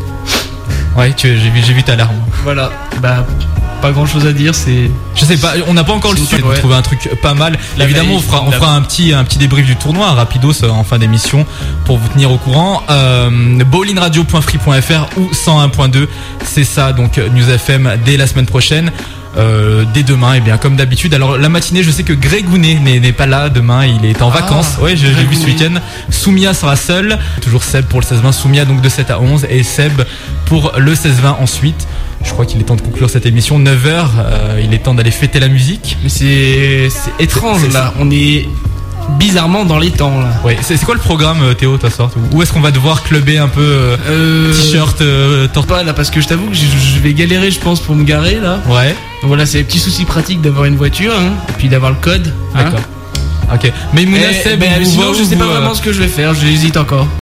Ouais, tu, j'ai vu, j'ai vu ta larme. Voilà, bah pas grand chose à dire, c'est. Je sais pas, on n'a pas encore le C'est sujet. ouais. Vous trouvez un truc pas mal. La Évidemment, veille, on fera, on la fera un petit, un petit débrief du tournoi, un rapidos euh, en fin d'émission pour vous tenir au courant. Euh, bowlinradio point free point f r ou cent un point deux. C'est ça, donc News F M dès la semaine prochaine. Euh, dès demain, et bien comme d'habitude. Alors la matinée, je sais que Greg Gounet n'est n'est pas là demain, il est en Ah, vacances. Ouais, j'ai j'ai Greg vu ce Gounet. week-end. Soumia sera seul, toujours Seb pour le seize vingt. Soumia donc de sept à onze et Seb pour le seize vingt ensuite. Je crois qu'il est temps de conclure cette émission. neuf heures, euh, il est temps d'aller fêter la musique. Mais c'est c'est étrange C'est- là, on est bizarrement dans les temps là. Ouais, c'est c'est quoi le programme euh, Théo, ta sorte? Où est-ce qu'on va devoir clubber un peu euh, Euh, t-shirt, euh, torte? Pas là parce que je t'avoue que je, je vais galérer je pense pour me garer là. Ouais, Donc voilà, c'est les petits soucis pratiques d'avoir une voiture hein, et puis d'avoir le code. hein. d'accord. Ok. Mais Mouna, Eh, Seb, ben, vous sinon voit je où sais pas vous, euh, vraiment ce que je vais faire, j'hésite encore.